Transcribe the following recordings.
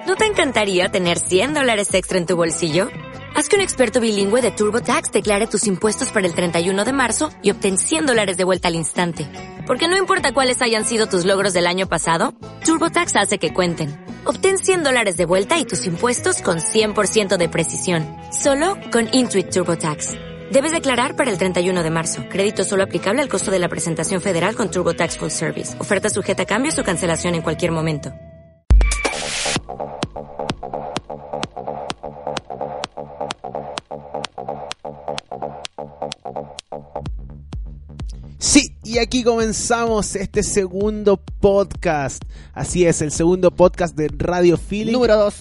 ¿No te encantaría tener $100 extra en tu bolsillo? Haz que un experto bilingüe de TurboTax declare tus impuestos para el 31 de marzo y obtén $100 de vuelta al instante. Porque no importa cuáles hayan sido tus logros del año pasado, TurboTax hace que cuenten. Obtén $100 de vuelta y tus impuestos con 100% de precisión. Solo con Intuit TurboTax. Debes declarar para el 31 de marzo. Crédito solo aplicable al costo de la presentación federal con TurboTax Full Service. Oferta sujeta a cambios o cancelación en cualquier momento. Sí, y aquí comenzamos este segundo podcast. Así es, el segundo podcast de Radio Feeling. Número 2.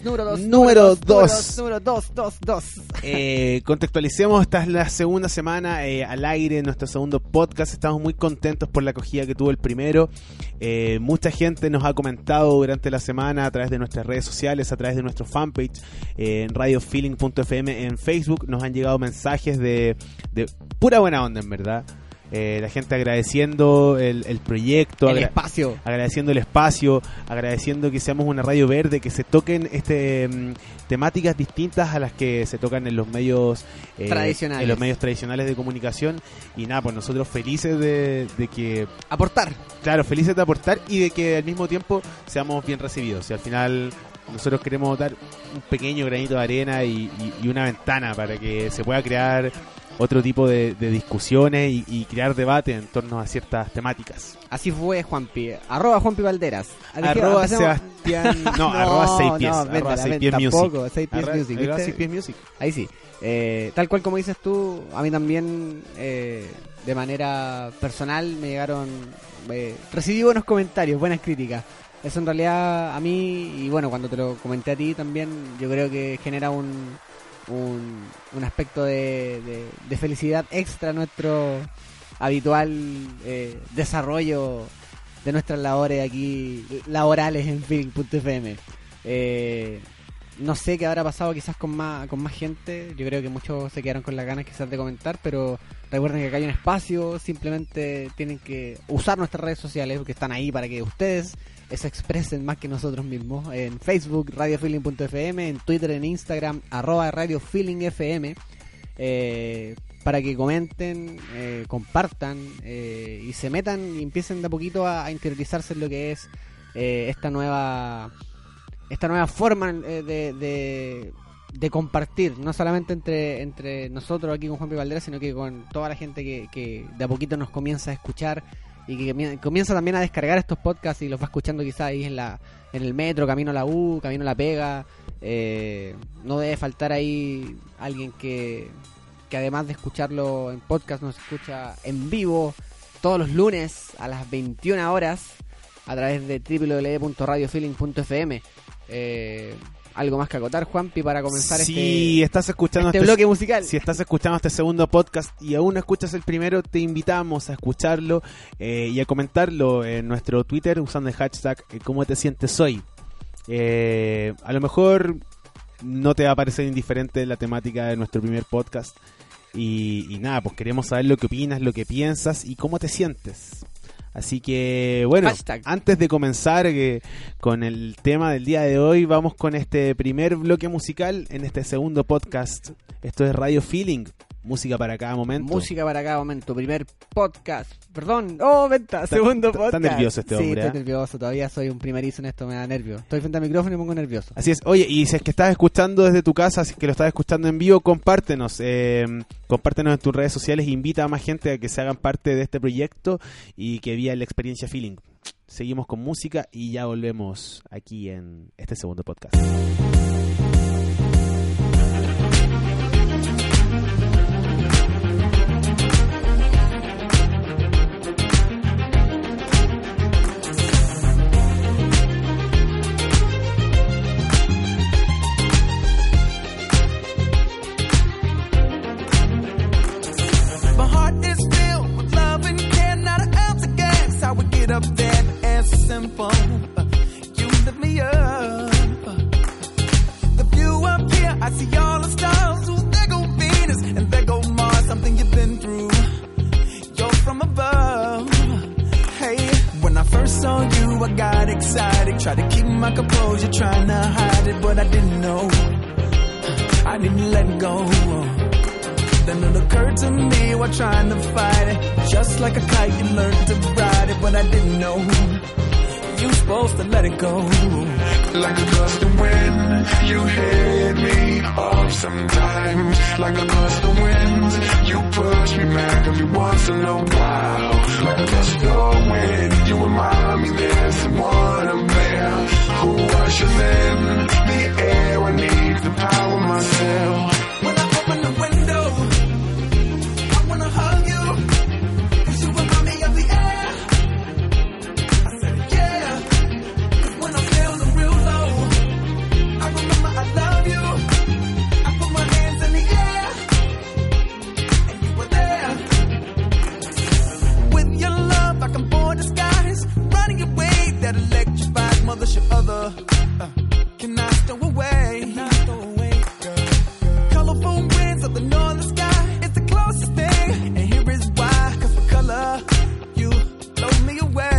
Contextualicemos, esta es la segunda semana al aire, nuestro segundo podcast. Estamos muy contentos por la acogida que tuvo el primero. Mucha gente nos ha comentado durante la semana a través de nuestras redes sociales, a través de nuestro fanpage en radiofeeling.fm en Facebook. Nos han llegado mensajes de pura buena onda, en verdad. La gente agradeciendo el proyecto, agradeciendo el espacio, agradeciendo que seamos una radio verde, que se toquen temáticas distintas a las que se tocan en los medios tradicionales. En los medios tradicionales de comunicación. Y nada, pues nosotros felices de que aportar. Claro, felices de aportar y de que al mismo tiempo seamos bien recibidos. Y al final nosotros queremos dar un pequeño granito de arena y una ventana para que se pueda crear otro tipo de discusiones y crear debate en torno a ciertas temáticas. Así fue Juanpi. Juanpi Valderas. Sebastián. No, @ 6 pies Music. 6 pies Music. Ahí sí. Tal cual como dices tú, a mí también de manera personal me llegaron... recibí buenos comentarios, buenas críticas. Eso en realidad a mí, y bueno, cuando te lo comenté a ti también, yo creo que genera un aspecto de felicidad extra a nuestro habitual desarrollo de nuestras labores aquí laborales en Feeling.fm. No sé qué habrá pasado quizás con más gente. Yo creo que muchos se quedaron con las ganas quizás de comentar, pero recuerden que acá hay un espacio. Simplemente tienen que usar nuestras redes sociales, porque están ahí para que ustedes se expresen más que nosotros mismos. En Facebook, radiofeeling.fm, en Twitter, en Instagram, @radiofeelingfm, para que comenten, compartan y se metan y empiecen de a poquito a interiorizarse en lo que es esta nueva forma de compartir, no solamente entre nosotros aquí con Juanpi Valderas, sino que con toda la gente que de a poquito nos comienza a escuchar y que comienza también a descargar estos podcasts y los va escuchando quizás ahí en el metro, camino a la U, camino a la pega. No debe faltar ahí alguien que además de escucharlo en podcast nos escucha en vivo todos los lunes a las 21 horas a través de www.radiofeeling.fm. ¿Algo más que acotar, Juanpi, para comenzar estás escuchando este bloque musical? Si estás escuchando este segundo podcast y aún no escuchas el primero, te invitamos a escucharlo y a comentarlo en nuestro Twitter usando el hashtag ¿Cómo te sientes hoy? A lo mejor no te va a parecer indiferente la temática de nuestro primer podcast y nada, pues queremos saber lo que opinas, lo que piensas y cómo te sientes. Así que, bueno, antes de comenzar con el tema del día de hoy, vamos con este primer bloque musical en este segundo podcast. Esto es Radio Feeling, música para cada momento. Música para cada momento, primer podcast. Perdón, segundo podcast. Está nervioso este hombre. Sí, estoy nervioso, todavía soy un primerizo en esto, me da nervio. Estoy frente al micrófono y me pongo nervioso. Así es, oye, y si es que estás escuchando desde tu casa, si es que lo estás escuchando en vivo, compártenos en tus redes sociales e invita a más gente a que se hagan parte de este proyecto y que viva la experiencia Feeling. Seguimos con música y ya volvemos aquí en este segundo podcast. Up that as simple, you lift me up. The my composure, trying to hide it, but I didn't know. I didn't let go. Then it occurred to me while trying to fight it. Just like a kite, you learned to ride it, but I didn't know. You're supposed to let it go. Like a gust of wind, you hit me off sometimes. Like a gust of wind, you push me back every once in a while. Like a gust of wind, you remind me there's someone up there who ushers in the air. I need the power myself. When I open the window, I wanna hug you, 'cause you remind me of the air. I said yeah, 'cause when I'm feeling real low, I remember I love you. I put my hands in the air, and you were there. With your love, I can board the skies, riding your wave that electrifies mothership other. Can I stow away? Colorful winds of the northern sky, it's the closest thing. And here is why, 'cause for color, you blow me away.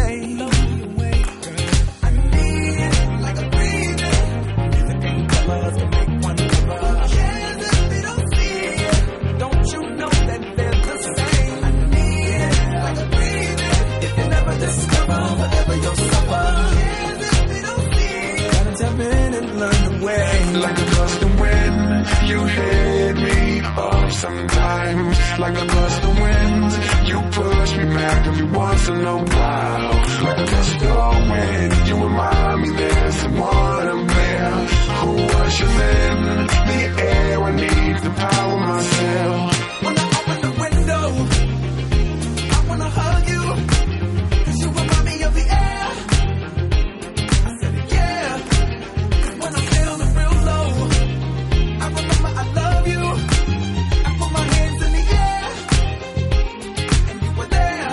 I need it like a breathing. Music and colors can make one lover. Cares if they don't see it. Don't you know that they're the same? I need it like a breathing. If you never discover, forever you'll suffer. Cares if they don't see it. Gotta tap in and learn the way. Like a gust of wind, you hit me up sometimes. Like a gust of wind, you push me back every once in a while. Like a gust of wind, you remind me there's someone up there who ushers in the air. I need the power myself. When I open the window, I wanna hug you, 'cause you remind me of the air. I said yeah, 'cause when I'm feeling real low, I remember I love you. I put my hands in the air, and you were there.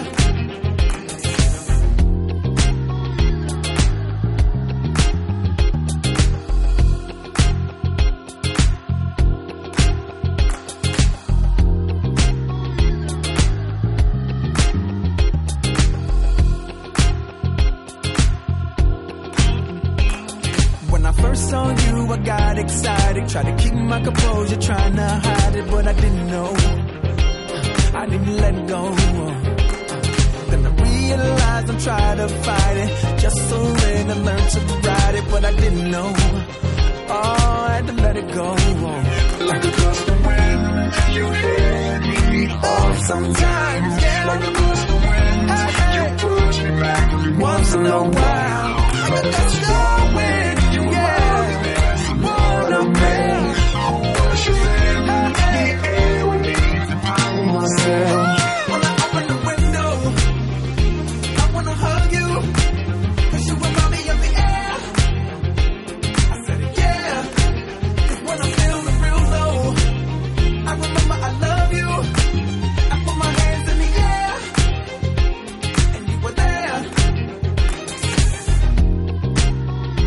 When I first saw you, I got excited. Tried to keep my composure, trying to hide it, but I didn't know. I didn't let go. Then I realized I'm trying to fight it. Just surrender, learn to ride it, but I didn't know. Oh, I had to let it go. Like a gust of wind, you hit me off sometimes. Like a gust of wind, you push me back every once in a while. Like a gust of wind, yeah. Someone up there who ushers in the air. I need the power myself. When I open the window, I wanna hug you, 'cause you remind me of the air. I said yeah, 'cause when I'm feeling real low, I remember I love you. I put my hands in the air, and you were there.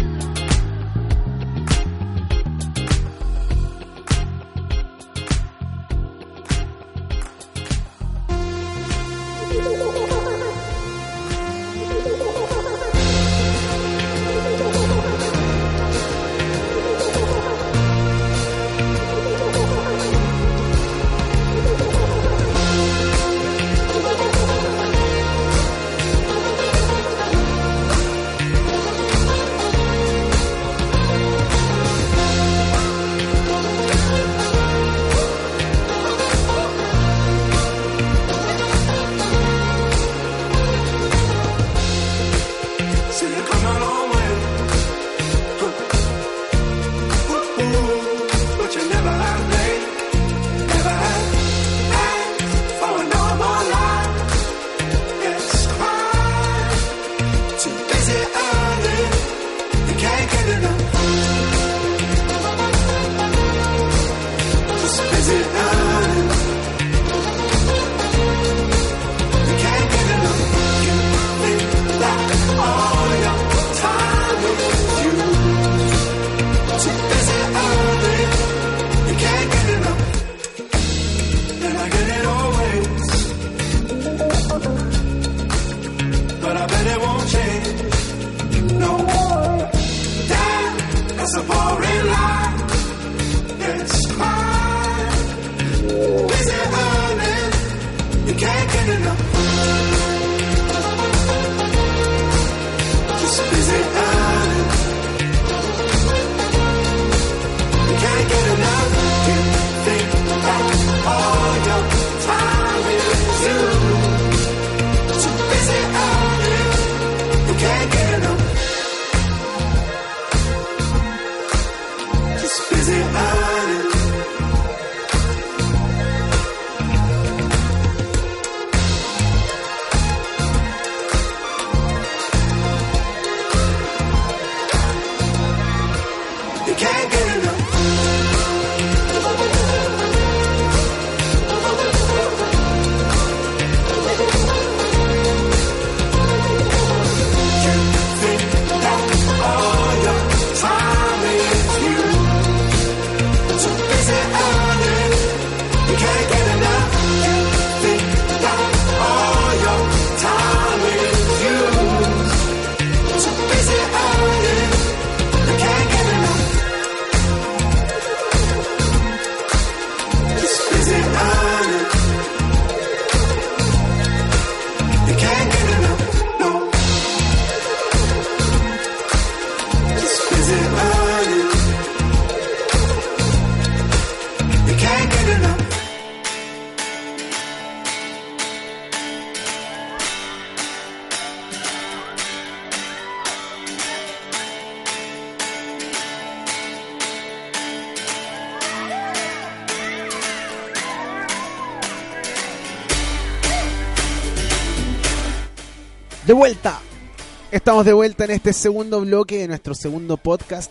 just a boring lie. It's mine. Busy earning, you can't get enough. Just busy earning, you can't get enough. You think that all your time is you. So busy earning, you can't get enough. Just busy earning. You can't get enough. You think that all your time is you. So busy earning, you can't get enough. You think that all your time is you. So busy earning, you can't get enough. Just busy earning, you can't get enough. No. Just busy earning, you can't get enough. De vuelta. Estamos de vuelta en este segundo bloque de nuestro segundo podcast.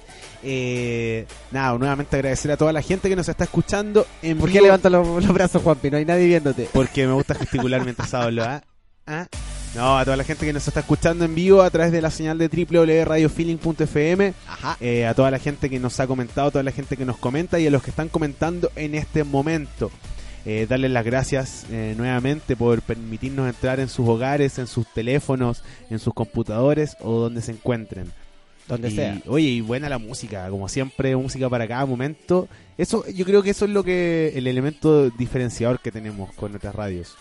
Nada, nuevamente agradecer a toda la gente que nos está escuchando en ¿Por qué vivo. levantas los brazos, Juanpi? No hay nadie viéndote. Porque me gusta gesticular mientras hablo. ¿Ah? No, a toda la gente que nos está escuchando en vivo a través de la señal de www.radiofeeling.fm. Ajá. A toda la gente que nos ha comentado, a toda la gente que nos comenta y a los que están comentando en este momento. Darles las gracias nuevamente por permitirnos entrar en sus hogares, en sus teléfonos, en sus computadores o donde se encuentren. Donde Y, sea. Oye, y buena la música, como siempre, música para cada momento. Eso, yo creo que eso es el elemento diferenciador que tenemos con nuestras radios.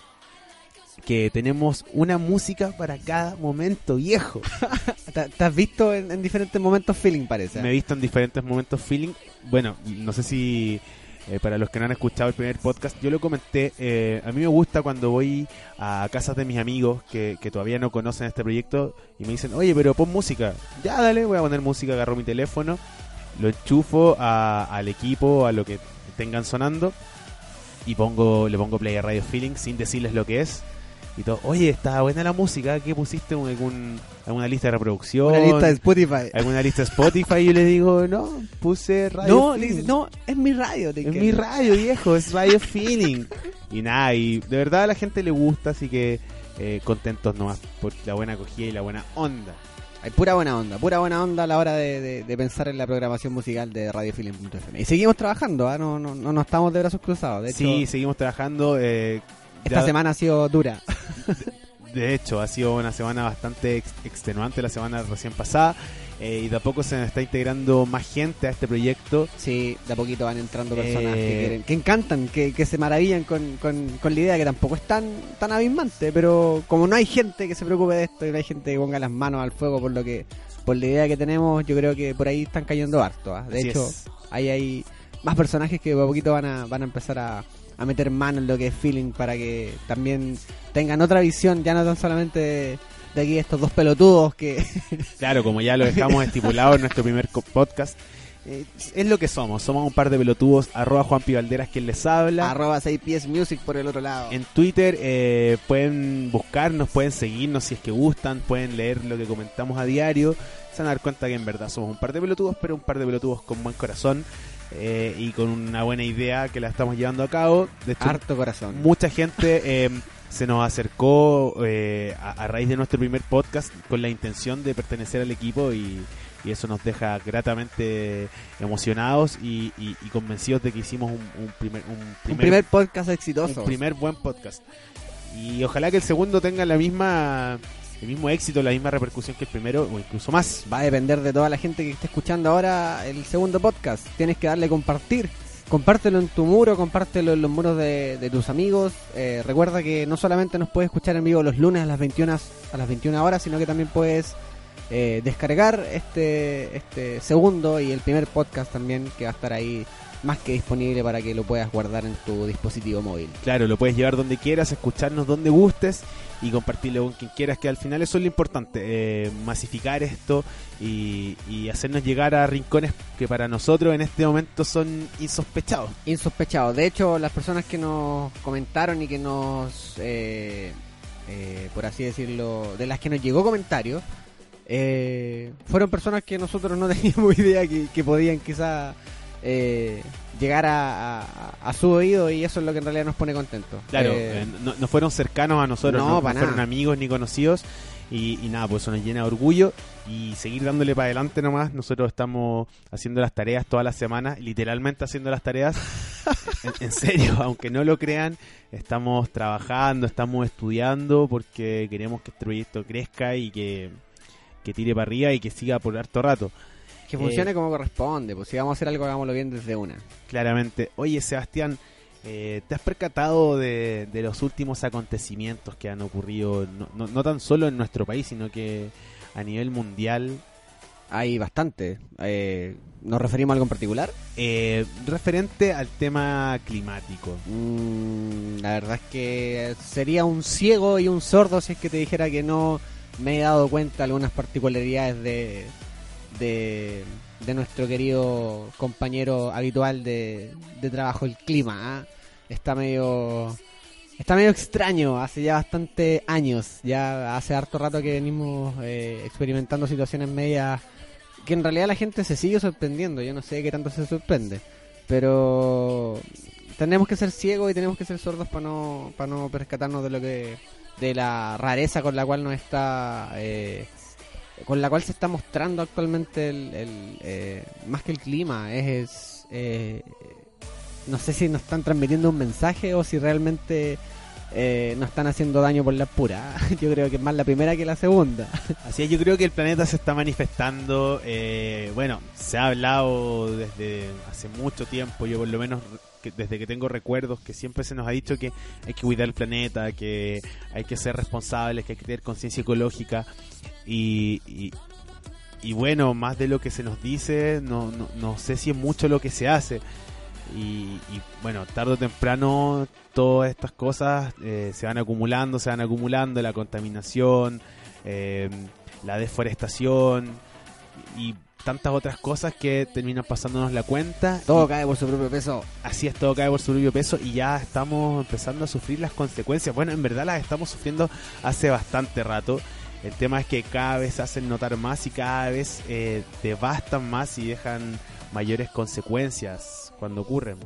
Que tenemos una música para cada momento, viejo. ¿Te has visto en diferentes momentos feeling, parece? Me he visto en diferentes momentos feeling. Bueno, no sé si para los que no han escuchado el primer podcast, yo lo comenté. A mí me gusta cuando voy a casas de mis amigos que todavía no conocen este proyecto y me dicen, oye, pero pon música. Ya, dale, voy a poner música. Agarro mi teléfono, lo enchufo al equipo, a lo que tengan sonando y le pongo play a Radio Feeling sin decirles lo que es. Y todo, oye, está buena la música, ¿qué pusiste? ¿Alguna lista de reproducción? Una lista de Spotify. ¿Alguna lista de Spotify? Y yo le digo, no, puse Radio No, le Feeling. dice, no, es mi radio. Es mi radio, viejo, es Radio Feeling. Y nada, y de verdad a la gente le gusta, así que contentos nomás por la buena acogida y la buena onda. Hay pura buena onda a la hora de pensar en la programación musical de radiofeeling.fm. Y seguimos trabajando, ¿eh? No estamos de brazos cruzados. De hecho, Sí, seguimos trabajando. esta semana ha sido dura. De hecho, ha sido una semana bastante extenuante la semana recién pasada. Y de a poco se nos está integrando más gente a este proyecto. Sí, de a poquito van entrando personas que encantan, que se maravillan con la idea, que tampoco es tan abismante, pero como no hay gente que se preocupe de esto y no hay gente que ponga las manos al fuego por la idea que tenemos, yo creo que por ahí están cayendo harto. De Así hecho, es. ahí hay más personajes que de a poquito van a empezar a meter mano en lo que es feeling para que también tengan otra visión, ya no tan solamente de aquí estos dos pelotudos que... Claro, como ya lo dejamos estipulado en nuestro primer podcast, es lo que somos un par de pelotudos. @Juanpi Valderas quien les habla. @6PS Music por el otro lado. En Twitter pueden buscarnos, pueden seguirnos si es que gustan, pueden leer lo que comentamos a diario. Se van a dar cuenta que en verdad somos un par de pelotudos, pero un par de pelotudos con buen corazón y con una buena idea que la estamos llevando a cabo. De hecho, Harto corazón. mucha gente se nos acercó a raíz de nuestro primer podcast con la intención de pertenecer al equipo y eso nos deja gratamente emocionados y convencidos de que hicimos un primer podcast exitoso. un primer buen podcast. Y ojalá que el segundo tenga la misma el mismo éxito, la misma repercusión que el primero o incluso más. Va a depender de toda la gente que esté escuchando ahora el segundo podcast. Tienes que darle compartir. Compártelo en tu muro, compártelo en los muros de tus amigos. Recuerda que no solamente nos puedes escuchar en vivo los lunes a las 21 horas, sino que también puedes descargar este segundo y el primer podcast también, que va a estar ahí más que disponible para que lo puedas guardar en tu dispositivo móvil. Claro, lo puedes llevar donde quieras, escucharnos donde gustes y compartirlo con quien quieras, que al final eso es lo importante, masificar esto y hacernos llegar a rincones que para nosotros en este momento son insospechados. Insospechados. De hecho, las personas que nos comentaron y que nos, por así decirlo, de las que nos llegó comentario, fueron personas que nosotros no teníamos idea que podían quizá llegar a su oído, y eso es lo que en realidad nos pone contentos. Claro, no fueron cercanos a nosotros, no fueron amigos ni conocidos, y nada, pues eso nos llena de orgullo y seguir dándole para adelante nomás. Nosotros estamos haciendo las tareas todas las semanas, literalmente haciendo las tareas, en serio, aunque no lo crean, estamos trabajando, estamos estudiando porque queremos que este proyecto crezca y que tire para arriba y que siga por harto rato. Que funcione como corresponde, pues si vamos a hacer algo, hagámoslo bien desde una. Claramente. Oye, Sebastián, ¿te has percatado de los últimos acontecimientos que han ocurrido, no tan solo en nuestro país, sino que a nivel mundial? Hay bastante. ¿Nos referimos a algo en particular? Referente al tema climático. La verdad es que sería un ciego y un sordo si es que te dijera que no me he dado cuenta de algunas particularidades de nuestro querido compañero habitual de trabajo, el clima. Está medio extraño, hace ya bastante años, ya hace harto rato que venimos experimentando situaciones medias que en realidad la gente se sigue sorprendiendo. Yo no sé qué tanto se sorprende, pero tenemos que ser ciegos y tenemos que ser sordos para no percatarnos de la rareza con la cual nos está con la cual se está mostrando actualmente más que el clima. No sé si nos están transmitiendo un mensaje o si realmente nos están haciendo daño por la pura. Yo creo que es más la primera que la segunda. Así es, yo creo que el planeta se está manifestando. Bueno, se ha hablado desde hace mucho tiempo, yo por lo menos desde que tengo recuerdos, que siempre se nos ha dicho que hay que cuidar el planeta, que hay que ser responsables, que hay que tener conciencia ecológica. Y bueno, más de lo que se nos dice, no sé si es mucho lo que se hace. Y bueno, tarde o temprano todas estas cosas se van acumulando, la contaminación, la deforestación y tantas otras cosas que terminan pasándonos la cuenta. Todo cae por su propio peso. Así es, todo cae por su propio peso y ya estamos empezando a sufrir las consecuencias. Bueno, en verdad las estamos sufriendo hace bastante rato. El tema es que cada vez se hacen notar más y cada vez devastan más y dejan mayores consecuencias cuando ocurren.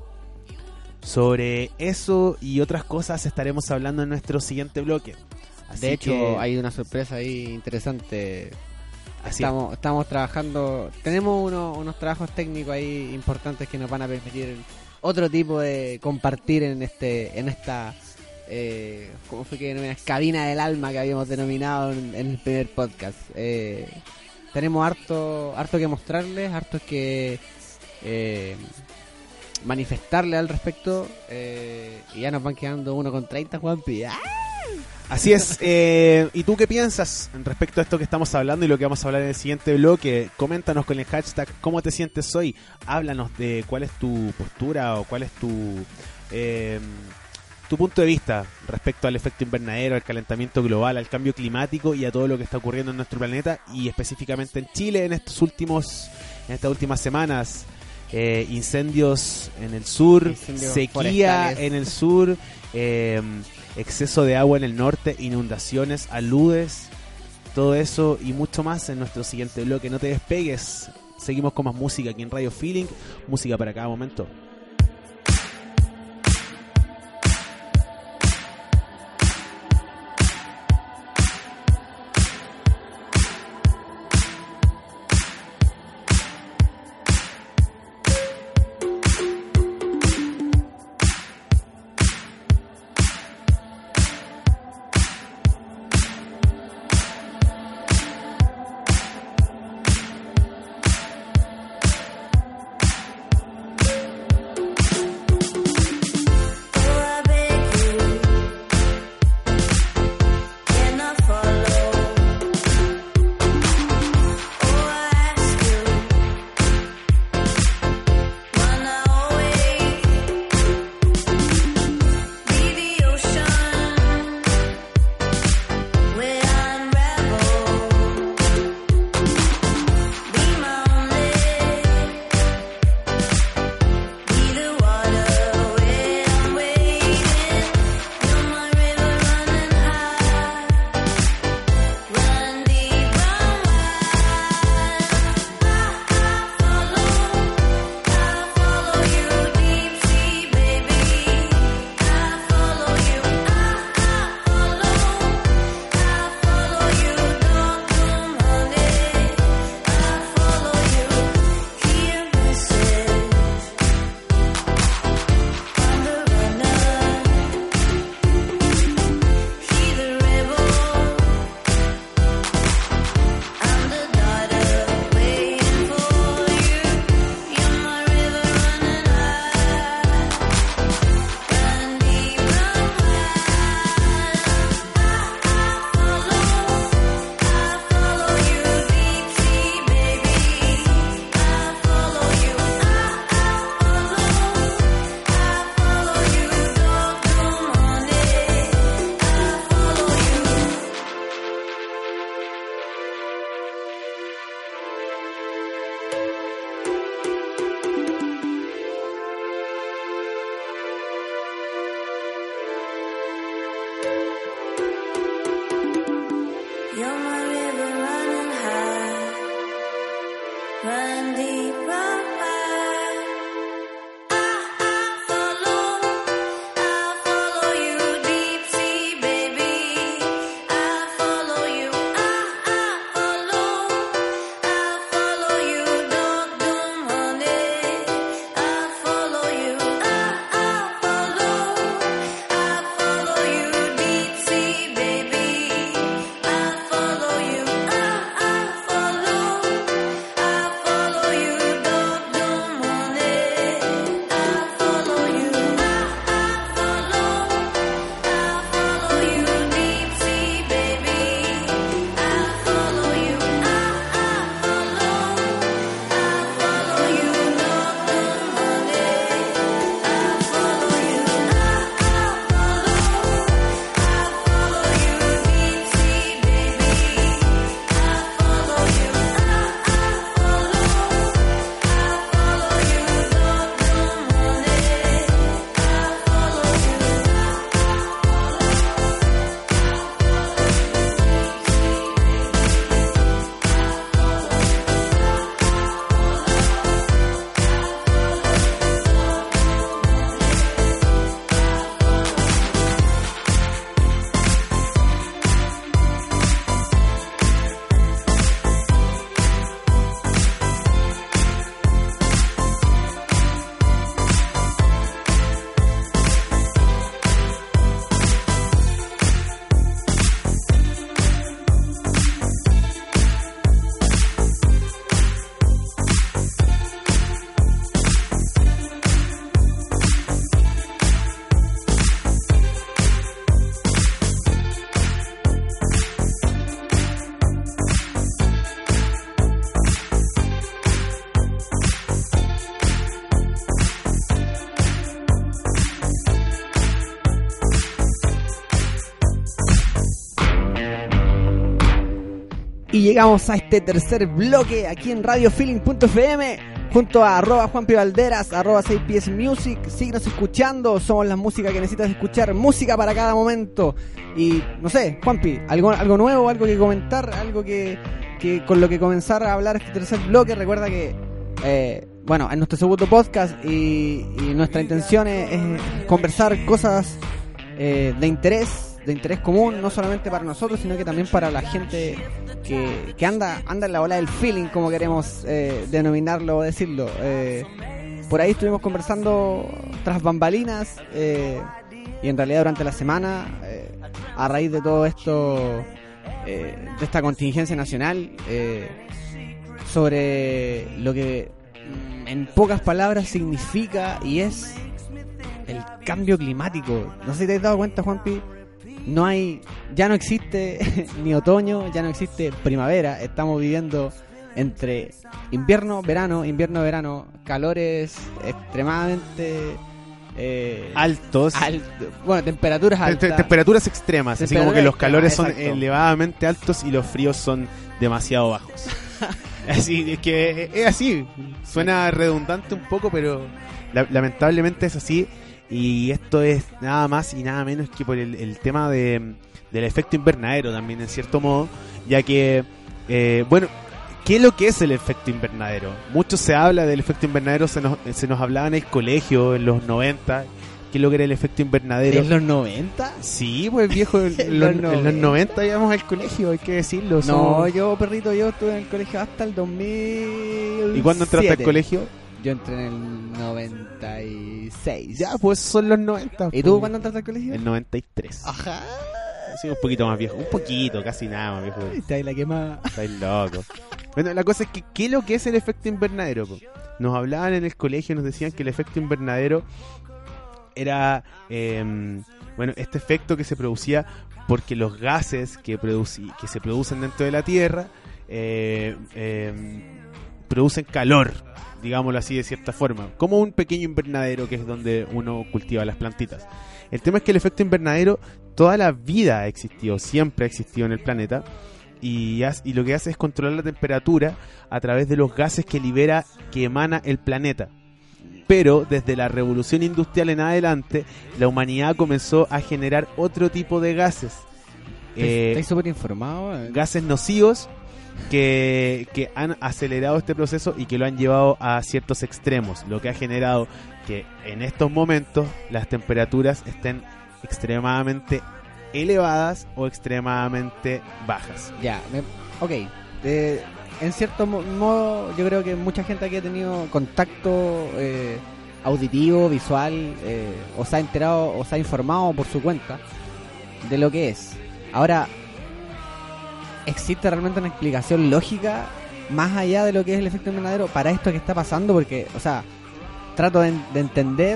Sobre eso y otras cosas estaremos hablando en nuestro siguiente bloque. Así de hecho, que hay una sorpresa ahí interesante. Así Estamos trabajando, tenemos unos trabajos técnicos ahí importantes que nos van a permitir otro tipo de compartir en esta ¿cómo fue que denominamos? Cabina del alma que habíamos denominado en el primer podcast. Tenemos harto que mostrarles, harto que manifestarles al respecto, y ya nos van quedando 1:30, Juanpi. ¡Ah! Así es. ¿Y tú qué piensas respecto a esto que estamos hablando y lo que vamos a hablar en el siguiente bloque? Coméntanos con el hashtag ¿cómo te sientes hoy? Háblanos de cuál es tu postura o cuál es tu punto de vista respecto al efecto invernadero, al calentamiento global, al cambio climático y a todo lo que está ocurriendo en nuestro planeta y específicamente en Chile en estas últimas semanas. Incendios en el sur, incendios sequía forestales en el sur, exceso de agua en el norte, inundaciones, aludes, todo eso y mucho más en nuestro siguiente bloque. No te despegues, seguimos con más música aquí en Radio Feeling, música para cada momento. Y llegamos a este tercer bloque aquí en radiofeeling.fm junto a @Juanpi Valderas, @6PS Music. Síguenos escuchando, somos la música que necesitas escuchar, música para cada momento. Y no sé, Juanpi, algo nuevo, algo que comentar, algo que con lo que comenzar a hablar este tercer bloque. Recuerda que bueno, en nuestro segundo podcast y nuestra intención es conversar cosas de interés común, no solamente para nosotros, sino que también para la gente que anda en la ola del feeling, como queremos denominarlo o decirlo. Por ahí estuvimos conversando tras bambalinas y en realidad durante la semana, a raíz de todo esto, de esta contingencia nacional, sobre lo que en pocas palabras significa y es el cambio climático. No sé si te has dado cuenta, Juanpi, ya no existe ni otoño, ya no existe primavera. Estamos viviendo entre invierno, verano, calores extremadamente altos. Bueno, temperaturas altas. Temperaturas extremas, así como que los calores son exacto, elevadamente altos y los fríos son demasiado bajos. Así, es que es así. Suena redundante un poco, pero lamentablemente es así. Y esto es nada más y nada menos que por el tema del efecto invernadero también, en cierto modo, ya que, bueno, ¿qué es lo que es el efecto invernadero? Mucho se habla del efecto invernadero, se nos hablaba en el colegio en los 90, ¿qué es lo que era el efecto invernadero? ¿En los 90? Sí, pues viejo, en los 90 íbamos al colegio, hay que decirlo. No, yo estuve en el colegio hasta el 2000. ¿Y cuándo entraste al colegio? Yo entré en el 96. Ya, pues son los 90. ¿Y tú cuándo entraste al colegio? El 93. Ajá. Sí, un poquito más viejo. Un poquito, casi nada más viejo. Está ahí la quema. Estáis loco. Bueno, la cosa es que, ¿qué es lo que es el efecto invernadero? Nos hablaban en el colegio, nos decían que el efecto invernadero era, bueno, este efecto que se producía porque los gases que se producen dentro de la Tierra producen calor, digámoslo así de cierta forma, como un pequeño invernadero que es donde uno cultiva las plantitas. El tema es que el efecto invernadero toda la vida ha existido, siempre ha existido en el planeta, y lo que hace es controlar la temperatura a través de los gases que emana el planeta. Pero desde la revolución industrial en adelante, la humanidad comenzó a generar otro tipo de gases. ¿Estás súper informado? Gases nocivos que han acelerado este proceso y que lo han llevado a ciertos extremos, lo que ha generado que en estos momentos las temperaturas estén extremadamente elevadas o extremadamente bajas. Ya, ok. En cierto modo, yo creo que mucha gente aquí ha tenido contacto auditivo, visual, o se ha enterado o se ha informado por su cuenta de lo que es. Ahora, ¿existe realmente una explicación lógica más allá de lo que es el efecto invernadero para esto que está pasando? Porque, o sea, trato de entender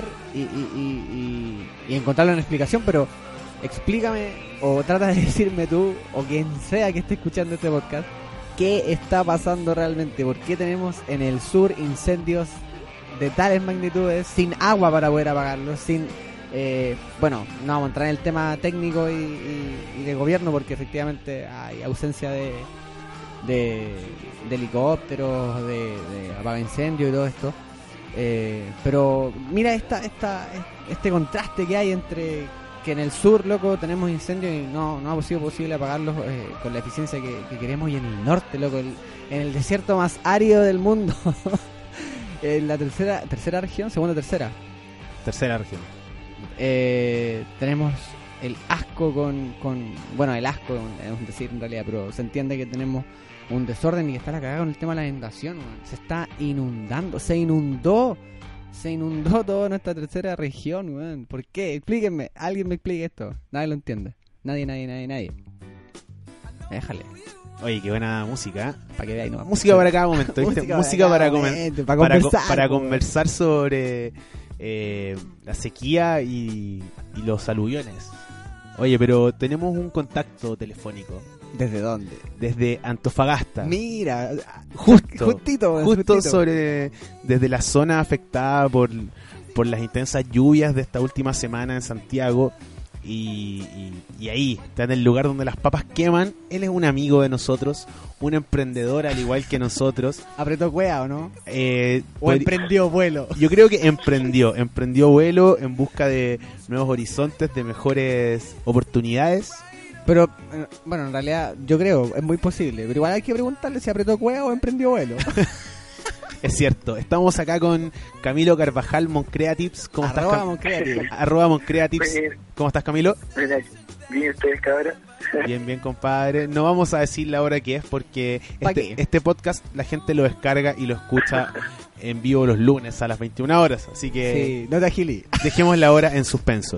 y encontrarle una explicación, pero explícame o trata de decirme tú o quien sea que esté escuchando este podcast, ¿qué está pasando realmente? ¿Por qué tenemos en el sur incendios de tales magnitudes sin agua para poder apagarlos? Bueno, no vamos a entrar en el tema técnico y de gobierno porque efectivamente hay ausencia de helicópteros, de apaga incendio y todo esto. Pero mira este contraste que hay entre que en el sur, loco, tenemos incendios y no ha sido posible apagarlos con la eficiencia que queremos, y en el norte, loco, en el desierto más árido del mundo, en la tercera región, tercera región, tenemos el asco bueno, el asco es un decir en realidad, pero se entiende que tenemos un desorden y que está la cagada con el tema de la inundación, man. Se está inundando, se inundó toda nuestra tercera región, man. ¿Por qué? Explíquenme, alguien me explique esto. Nadie lo entiende, nadie. Déjale. Oye, qué buena música, ¿eh? Para que veáis, no. Música para cada momento, ¿viste? Música para conversar sobre la sequía y los aluviones. Oye, pero tenemos un contacto telefónico. ¿Desde dónde? Desde Antofagasta. Mira, justito desde la zona afectada por las intensas lluvias de esta última semana en Santiago. y ahí está en el lugar donde las papas queman. Él es un amigo de nosotros, un emprendedor al igual que nosotros. ¿Apretó cuea o no? ¿O Pod- emprendió vuelo? Yo creo que emprendió vuelo en busca de nuevos horizontes, de mejores oportunidades. Pero, bueno, en realidad yo creo, es muy posible. Pero igual hay que preguntarle si apretó cuea o emprendió vuelo. Es cierto, estamos acá con Camilo Carvajal, Moncreatives. ¿Cómo estás, Arroba Moncreatives. Arroba Moncreatives. Pues, ¿Cómo estás, Camilo? mira, bien ustedes, cabrón. Bien, bien, compadre. No vamos a decir la hora que es porque ¿Pa' qué? este podcast la gente lo descarga y lo escucha en vivo los lunes a las 21 horas. Así que Sí, no te agilí. dejemos la hora en suspenso.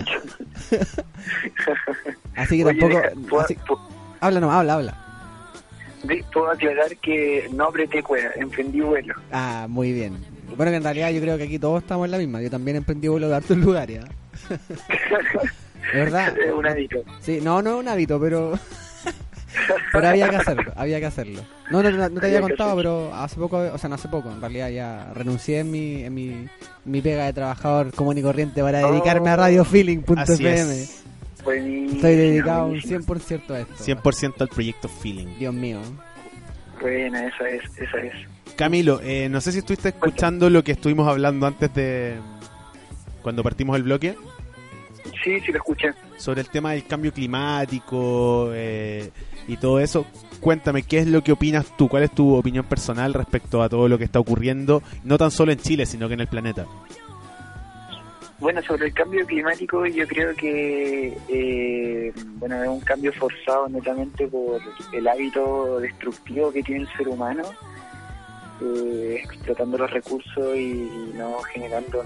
Así que Oye, tampoco... ¿puedo, así- habla nomás, habla. puedo aclarar que no apreté cuerda, emprendí vuelo. Ah, muy bien. Bueno, que en realidad yo creo que aquí todos estamos en la misma. Yo también emprendí vuelo de hartos lugares. ¿eh? ¿Es verdad? Es un hábito. Sí, no es un hábito, pero... pero había que hacerlo. No te había Había que contado, hacerlo. pero hace poco, o sea, no hace poco, en realidad ya renuncié en mi pega de trabajador común y corriente para dedicarme a Así radiofeeling.fm. es. Buenísimo, Estoy dedicado un buenísimo. 100% a esto. 100% al proyecto Feeling. Dios mío. Buena, esa es. Camilo, no sé si estuviste escuchando lo que estuvimos hablando antes de... cuando partimos el bloque. Sí, lo escuché. Sobre el tema del cambio climático y todo eso. Cuéntame, ¿qué es lo que opinas tú? ¿Cuál es tu opinión personal respecto a todo lo que está ocurriendo, no tan solo en Chile, sino que en el planeta? Bueno, sobre el cambio climático yo creo que es un cambio forzado netamente por el hábito destructivo que tiene el ser humano, explotando los recursos y no generando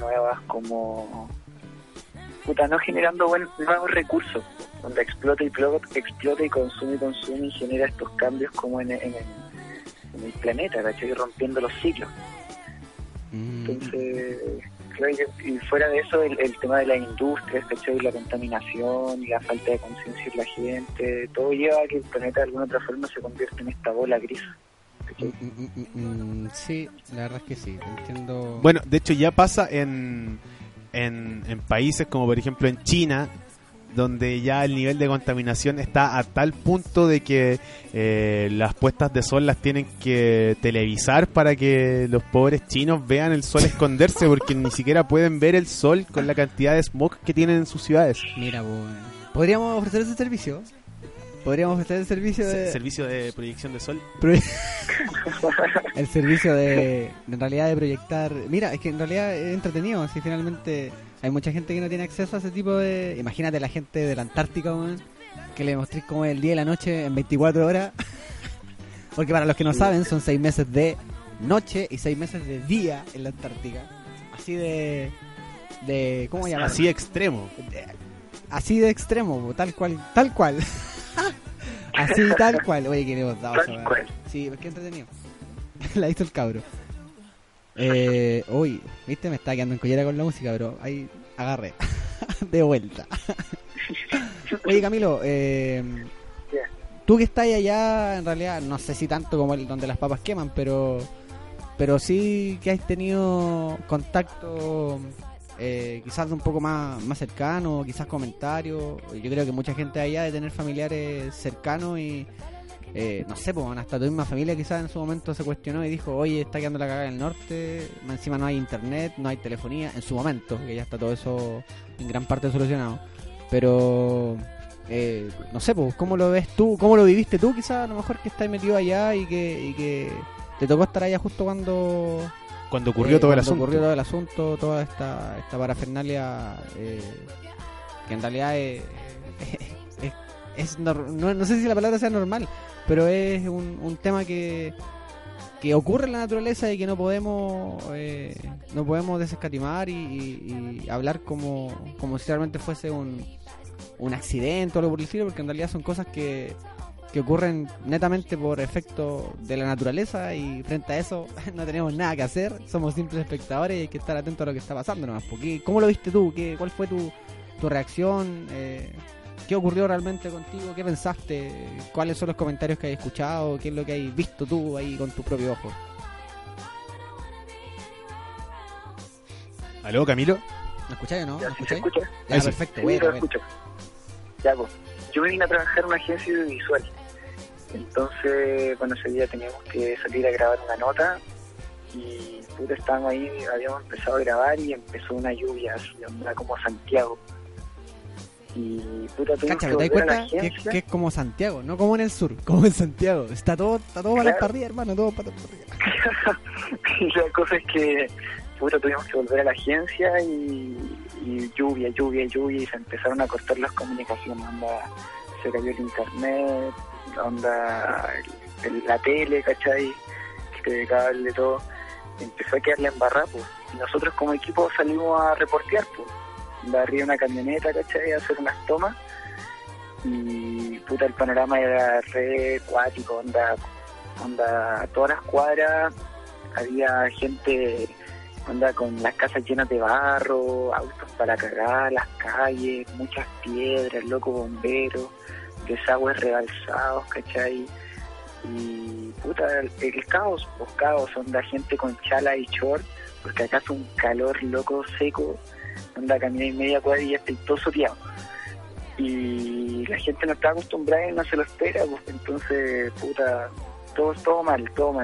no generando nuevos recursos, donde explota y consume y genera estos cambios como en el planeta, ¿cachai? Rompiendo los ciclos. Entonces, claro, y fuera de eso, el tema de las industrias, ¿cachai? La contaminación y la falta de conciencia de la gente, todo lleva a que el planeta de alguna otra forma se convierta en esta bola gris, ¿cachai? Sí, la verdad es que sí, entiendo. Bueno, de hecho ya pasa en países como por ejemplo en China, donde ya el nivel de contaminación está a tal punto de que las puestas de sol las tienen que televisar para que los pobres chinos vean el sol esconderse, porque ni siquiera pueden ver el sol con la cantidad de smog que tienen en sus ciudades. Mira, ¿podríamos ofrecer ese servicio? Podríamos ofrecer el servicio de... Servicio de proyección de sol. el servicio de en realidad de proyectar. Mira, es que en realidad es entretenido. Si finalmente hay mucha gente que no tiene acceso a ese tipo de... Imagínate la gente de la Antártica, weón, que le mostréis como el día y la noche en 24 horas. Porque para los que no saben, son 6 meses de noche y 6 meses de día en la Antártica. Así de ¿cómo llamarlo? Así extremo. Así de extremo, tal cual. Así tal cual. Oye, que le hemos dado Tal esa weá. cual. Sí, es que entretenido. La hizo el cabro. Uy, viste, me estaba quedando en collera con la música, pero ahí agarré. De vuelta. Oye, Camilo, tú que estás allá, en realidad, no sé si tanto como el donde las papas queman, pero sí que has tenido contacto quizás de un poco más cercano, quizás comentarios. Yo creo que mucha gente allá de tener familiares cercanos y no sé, pues hasta tu misma familia quizás en su momento se cuestionó y dijo, oye, está quedando la cagada en el norte, más encima no hay internet, no hay telefonía, en su momento, que ya está todo eso en gran parte solucionado. Pero no sé, pues, ¿cómo lo ves tú? ¿Cómo lo viviste tú quizás? A lo mejor que estás metido allá y que te tocó estar allá justo cuando Ocurrió todo el cuando asunto. ocurrió todo el asunto, toda esta parafernalia que en realidad no sé si la palabra sea normal, pero es un tema que ocurre en la naturaleza y que no podemos desescatimar y hablar como si realmente fuese un accidente o algo por el estilo, porque en realidad son cosas que ocurren netamente por efecto de la naturaleza y frente a eso no tenemos nada que hacer, somos simples espectadores y hay que estar atentos a lo que está pasando nomás. Porque, ¿cómo lo viste tú? ¿Cuál fue tu reacción? ¿Qué ocurrió realmente contigo? ¿Qué pensaste? ¿Cuáles son los comentarios que hay escuchado? ¿Qué es lo que hay visto tú ahí con tu propio ojo? ¿Aló, Camilo? ¿Me escucháis o no? ¿Me ¿Ya sí se escucháis? escucha? Ya, Ahí sí. perfecto. Sí, Bueno, lo bueno. escucho. Ya, pues, yo me vine a trabajar en una agencia audiovisual. Entonces, bueno, ese día teníamos que salir a grabar una nota y puta, estábamos ahí, habíamos empezado a grabar y empezó una lluvia así, onda como Santiago. Y puta, tuvimos Cacha, que ¿te das volver a la cuenta agencia. que es como Santiago? No como en el sur, como en Santiago. Está todo para para arriba, hermano, todo para arriba. Y la cosa es que puta, tuvimos que volver a la agencia y lluvia y se empezaron a cortar las comunicaciones, onda, se cayó el internet, onda, la tele, ¿cachai? El cable, todo, empezó a quedarle embarrada, pues. Y nosotros como equipo salimos a reportear, pues, de arriba una camioneta, ¿cachai? A hacer unas tomas y puta, el panorama era re cuático, onda, todas las cuadras había gente, onda, con las casas llenas de barro, autos para cagar, las calles, muchas piedras, loco bomberos, desagües rebalsados, ¿cachai? Y puta, el caos, pues caos, onda, gente con chala y short, porque acá hace un calor loco seco, onda, caminé y media cuadra y ya estoy todo soteado. Y la gente no está acostumbrada y no se lo espera, pues entonces, puta, todo mal.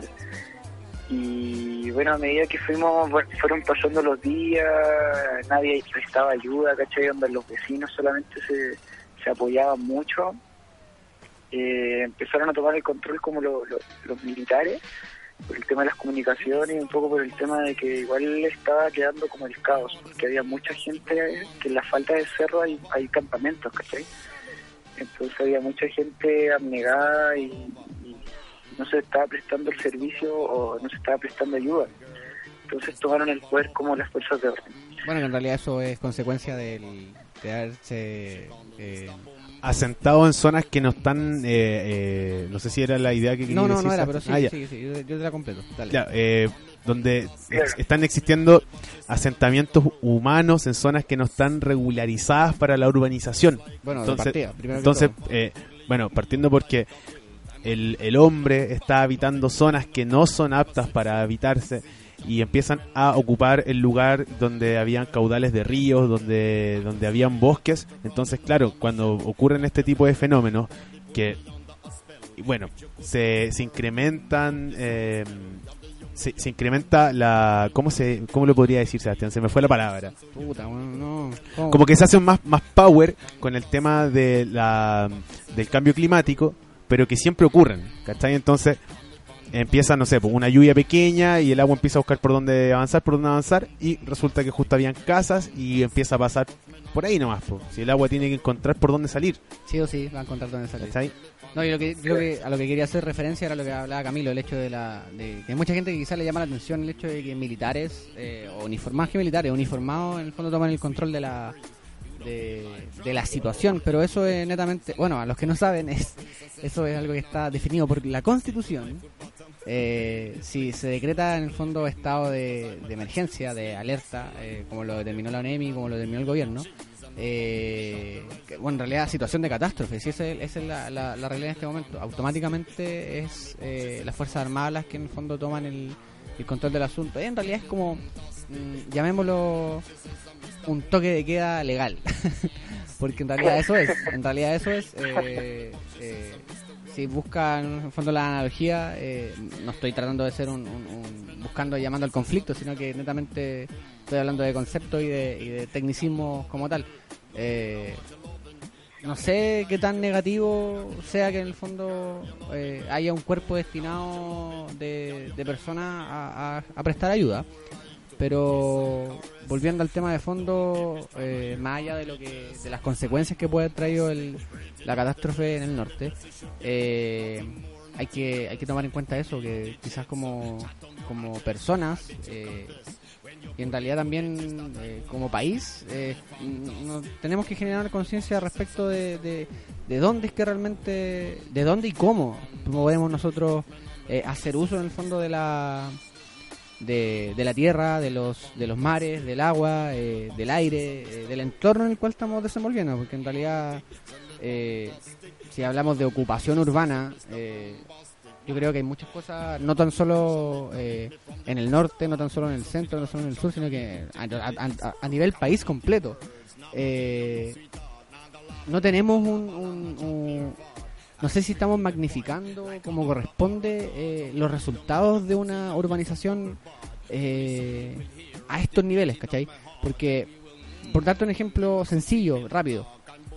Y bueno, a medida que fueron pasando los días, nadie prestaba ayuda, ¿cachai? Onda, los vecinos solamente se apoyaban mucho. Empezaron a tomar el control como los militares, por el tema de las comunicaciones y un poco por el tema de que igual estaba quedando como el caos, porque había mucha gente que en la falta de cerro hay campamentos, ¿cachai? Entonces había mucha gente abnegada y no se estaba prestando el servicio o no se estaba prestando ayuda. Entonces tomaron el poder como las fuerzas de orden. Bueno, que en realidad eso es consecuencia de haberse... asentado en zonas que no están, no sé si era la idea que quería decir. No era, pero sí, ya. sí, yo te la completo. Dale. Ya, donde están existiendo asentamientos humanos en zonas que no están regularizadas para la urbanización. Bueno, entonces bueno, partiendo porque el hombre está habitando zonas que no son aptas para habitarse y empiezan a ocupar el lugar donde habían caudales de ríos, donde habían bosques. Entonces, claro, cuando ocurren este tipo de fenómenos que, bueno, se incrementan, se incrementa la... ¿Cómo lo podría decir, Sebastián? Se me fue la palabra. Puta, bueno, no. Como que se hace más power con el tema de del cambio climático, pero que siempre ocurren, ¿cachai? Entonces empieza, no sé, pues una lluvia pequeña y el agua empieza a buscar por dónde avanzar y resulta que justo habían casas y empieza a pasar por ahí nomás, pues. Si el agua tiene que encontrar por dónde salir. Sí o sí, va a encontrar dónde salir. ¿Cachai? No, y a lo que quería hacer referencia era lo que hablaba Camilo, el hecho de que hay mucha gente que quizás le llama la atención el hecho de que militares, o más que militares, uniformados, en el fondo toman el control de la situación, pero eso es netamente, bueno, a los que no saben, eso es algo que está definido por la Constitución. Si se decreta en el fondo estado de emergencia, de alerta, como lo determinó la ONEMI, como lo determinó el gobierno, bueno, en realidad situación de catástrofe, si esa es la realidad en este momento, automáticamente es las Fuerzas Armadas las que en el fondo toman el control del asunto. En realidad es como, llamémoslo un toque de queda legal, porque en realidad eso es si buscan en el fondo la analogía, no estoy tratando de ser buscando, llamando al conflicto, sino que netamente estoy hablando de conceptos y de tecnicismos como tal. No sé qué tan negativo sea que en el fondo haya un cuerpo destinado de personas a prestar ayuda, pero volviendo al tema de fondo, más allá de de las consecuencias que puede haber traído la catástrofe en el norte, hay que tomar en cuenta eso, que quizás como personas y en realidad también como país tenemos que generar conciencia respecto de dónde es que realmente, de dónde y cómo podemos nosotros hacer uso en el fondo de la tierra, de los mares, del agua, del aire, del entorno en el cual estamos desenvolviendo, porque en realidad si hablamos de ocupación urbana, yo creo que hay muchas cosas, no tan solo en el norte, no tan solo en el centro, no solo en el sur, sino que a nivel país completo. no tenemos no sé si estamos magnificando como corresponde los resultados de una urbanización a estos niveles, ¿cachai? Porque, por darte un ejemplo sencillo, rápido,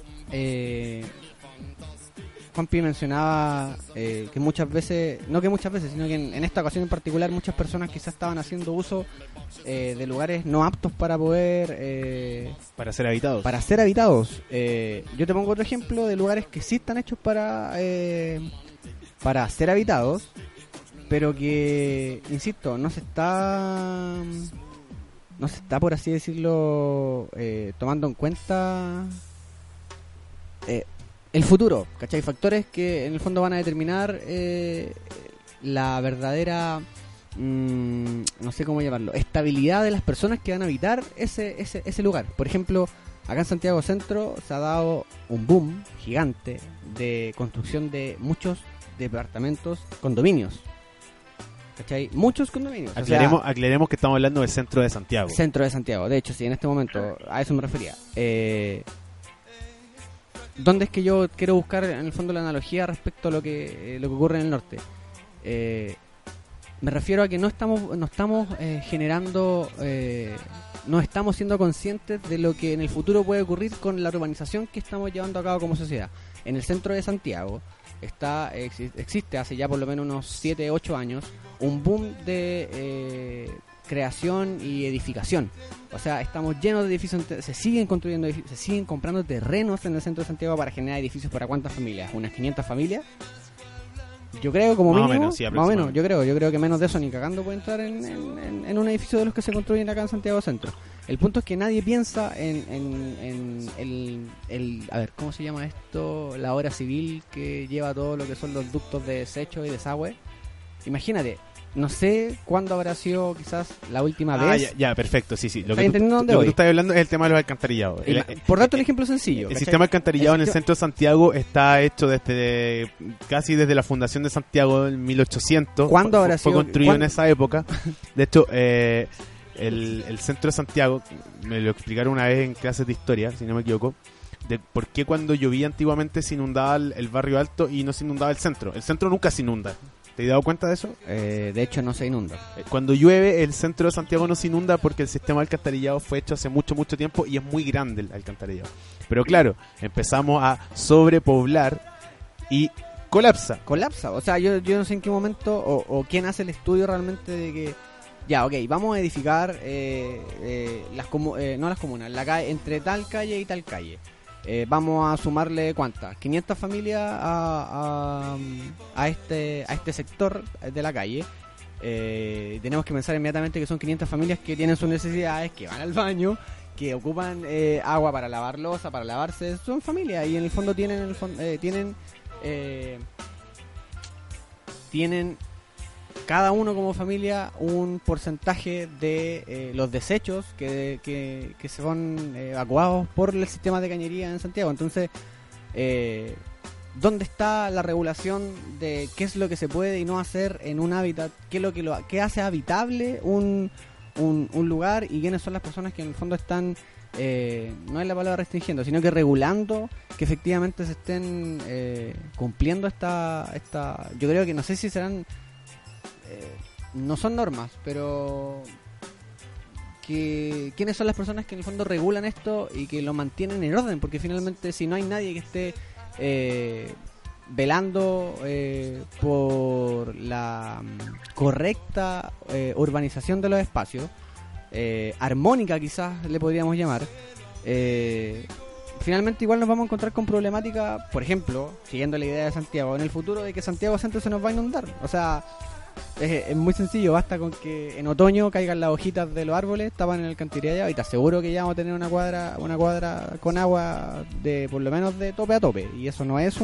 Juanpi mencionaba que muchas veces, no que muchas veces, sino que en esta ocasión en particular muchas personas quizás estaban haciendo uso de lugares no aptos para poder... para ser habitados. Para ser habitados. Yo te pongo otro ejemplo de lugares que sí están hechos para ser habitados, pero que, insisto, no se está, por así decirlo, tomando en cuenta el futuro, ¿cachai? Factores que en el fondo van a determinar la verdadera, no sé cómo llamarlo, estabilidad de las personas que van a habitar ese lugar. Por ejemplo, acá en Santiago Centro se ha dado un boom gigante de construcción de muchos departamentos, condominios, ¿cachai? Muchos condominios. Aclaremos que estamos hablando del centro de Santiago. Centro de Santiago, de hecho, sí, en este momento a eso me refería. ¿Dónde es que yo quiero buscar en el fondo la analogía respecto a lo que ocurre en el norte? Me refiero a que no estamos generando, no estamos siendo conscientes de lo que en el futuro puede ocurrir con la urbanización que estamos llevando a cabo como sociedad. En el centro de Santiago existe hace ya por lo menos unos 7, 8 años un boom de creación y edificación. O sea, estamos llenos de edificios, se siguen construyendo edificios, se siguen comprando terrenos en el centro de Santiago para generar edificios para ¿cuántas familias? ¿Unas 500 familias? Yo creo, como mínimo, más o menos, yo creo que menos de eso ni cagando puede entrar en un edificio de los que se construyen acá en Santiago Centro. El punto es que nadie piensa en a ver, ¿cómo se llama esto? La obra civil que lleva todo lo que son los ductos de desecho y desagüe. Imagínate, no sé cuándo habrá sido quizás la última vez. Ya, perfecto, sí. Lo que tú estás hablando es el tema de los alcantarillados. Por darte un ejemplo sencillo. El sistema alcantarillado en el centro de Santiago está hecho casi desde la fundación de Santiago en 1800. ¿Cuándo habrá sido? Fue construido en esa época. De hecho, el centro de Santiago, me lo explicaron una vez en clases de historia, si no me equivoco, de por qué cuando llovía antiguamente se inundaba el barrio alto y no se inundaba el centro. El centro nunca se inunda. ¿Te has dado cuenta de eso? De hecho no se inunda. Cuando llueve el centro de Santiago no se inunda porque el sistema alcantarillado fue hecho hace mucho tiempo y es muy grande el alcantarillado. Pero claro, empezamos a sobrepoblar y colapsa. O sea, yo no sé en qué momento o quién hace el estudio realmente de que ya, ok, vamos a edificar no las comunas, la calle, entre tal calle y tal calle. Vamos a sumarle ¿cuántas? 500 familias a este sector de la calle. Tenemos que pensar inmediatamente que son 500 familias que tienen sus necesidades, que van al baño, que ocupan agua para lavar loza, para lavarse. Son familias y en el fondo tienen cada uno como familia un porcentaje de los desechos que se van evacuados por el sistema de cañería en Santiago. Entonces, ¿dónde está la regulación de qué es lo que se puede y no hacer en un hábitat? ¿Qué hace habitable un lugar y quiénes son las personas que en el fondo están, no es la palabra restringiendo, sino que regulando que efectivamente se estén cumpliendo esta yo creo que no sé si serán... no son normas, pero quiénes son las personas que en el fondo regulan esto y que lo mantienen en orden, porque finalmente si no hay nadie que esté velando por la correcta urbanización de los espacios, armónica quizás le podríamos llamar, finalmente igual nos vamos a encontrar con problemática, por ejemplo, siguiendo la idea de Santiago, en el futuro de que Santiago Centro se nos va a inundar. O sea, es muy sencillo, basta con que en otoño caigan las hojitas de los árboles, tapan el alcantarillado y te aseguro que ya vamos a tener una cuadra con agua de por lo menos de tope a tope, y eso no es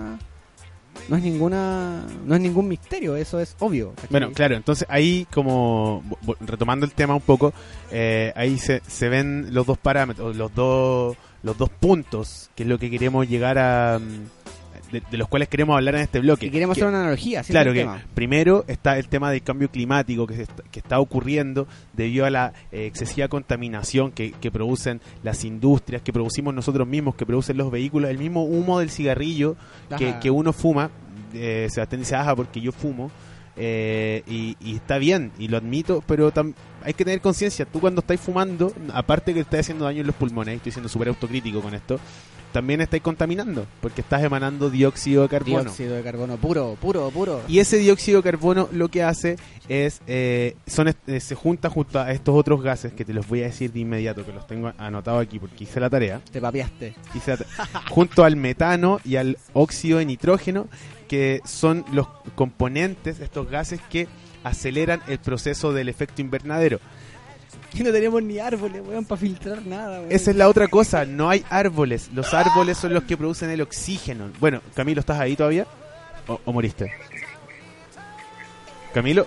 ningún misterio, eso es obvio, ¿cachai? Bueno, claro, entonces ahí como retomando el tema un poco, ahí se ven los dos parámetros, los dos puntos, que es lo que queremos llegar a de los cuales queremos hablar en este bloque. Y queremos Que- hacer una analogía, ¿sí? Claro del que tema. primero está el tema del cambio climático que está ocurriendo debido a la excesiva contaminación que producen las industrias, que producimos nosotros mismos, que producen los vehículos, el mismo humo del cigarrillo Ajá. que uno fuma. Sebastián dice, ajá, porque yo fumo. Y está bien, y lo admito, pero hay que tener conciencia. Tú cuando estás fumando, aparte que te estás haciendo daño en los pulmones, estoy siendo súper autocrítico con esto, también estás contaminando, porque estás emanando dióxido de carbono. Dióxido de carbono puro. Y ese dióxido de carbono lo que hace es se junta junto a estos otros gases que te los voy a decir de inmediato, que los tengo anotados aquí porque hice la tarea. Te papiaste. Junto al metano y al óxido de nitrógeno, que son los componentes, estos gases que aceleran el proceso del efecto invernadero. Y no tenemos ni árboles, weón, para filtrar nada, weón. Esa es la otra cosa, no hay árboles. Los árboles son los que producen el oxígeno. Bueno, Camilo, ¿estás ahí todavía? ¿O moriste? ¿Camilo?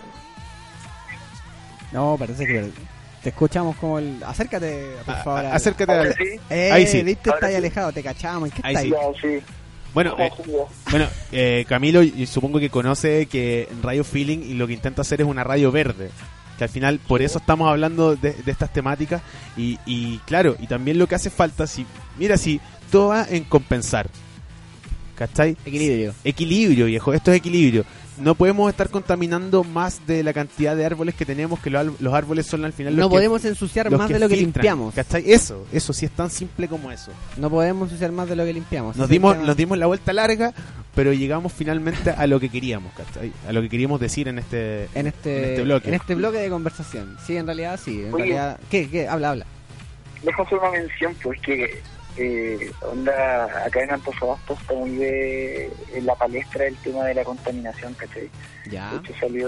No, parece que te escuchamos como el... Acércate, por favor. Acércate Ahora al... sí. Ahí sí. Viste, Ahora está ahí sí. alejado, te cachamos. ¿En qué Ahí está sí. ahí? Ya, sí. Bueno, Camilo, y supongo que conoce que Radio Feeling y lo que intenta hacer es una radio verde. Que al final, por eso estamos hablando de estas temáticas. Y claro, y también lo que hace falta, si todo va en compensar. ¿Cachai? Equilibrio, viejo, esto es equilibrio. No podemos estar contaminando más de la cantidad de árboles que tenemos, que los árboles son al final los No que podemos ensuciar los más de lo que filtran, limpiamos. ¿cachai? Eso sí es tan simple como eso. No podemos ensuciar más de lo que limpiamos. Nos Ese es el tema. dimos la vuelta larga, pero llegamos finalmente a lo que queríamos, ¿cachai? A lo que queríamos decir en este bloque. En este bloque de conversación. Sí, en realidad sí. En Oye. realidad... ¿Qué? Habla. Dejo hacer una mención, pues que onda acá en Antofagasta está muy en la palestra el tema de la contaminación, ¿cachai? Ya. De hecho salió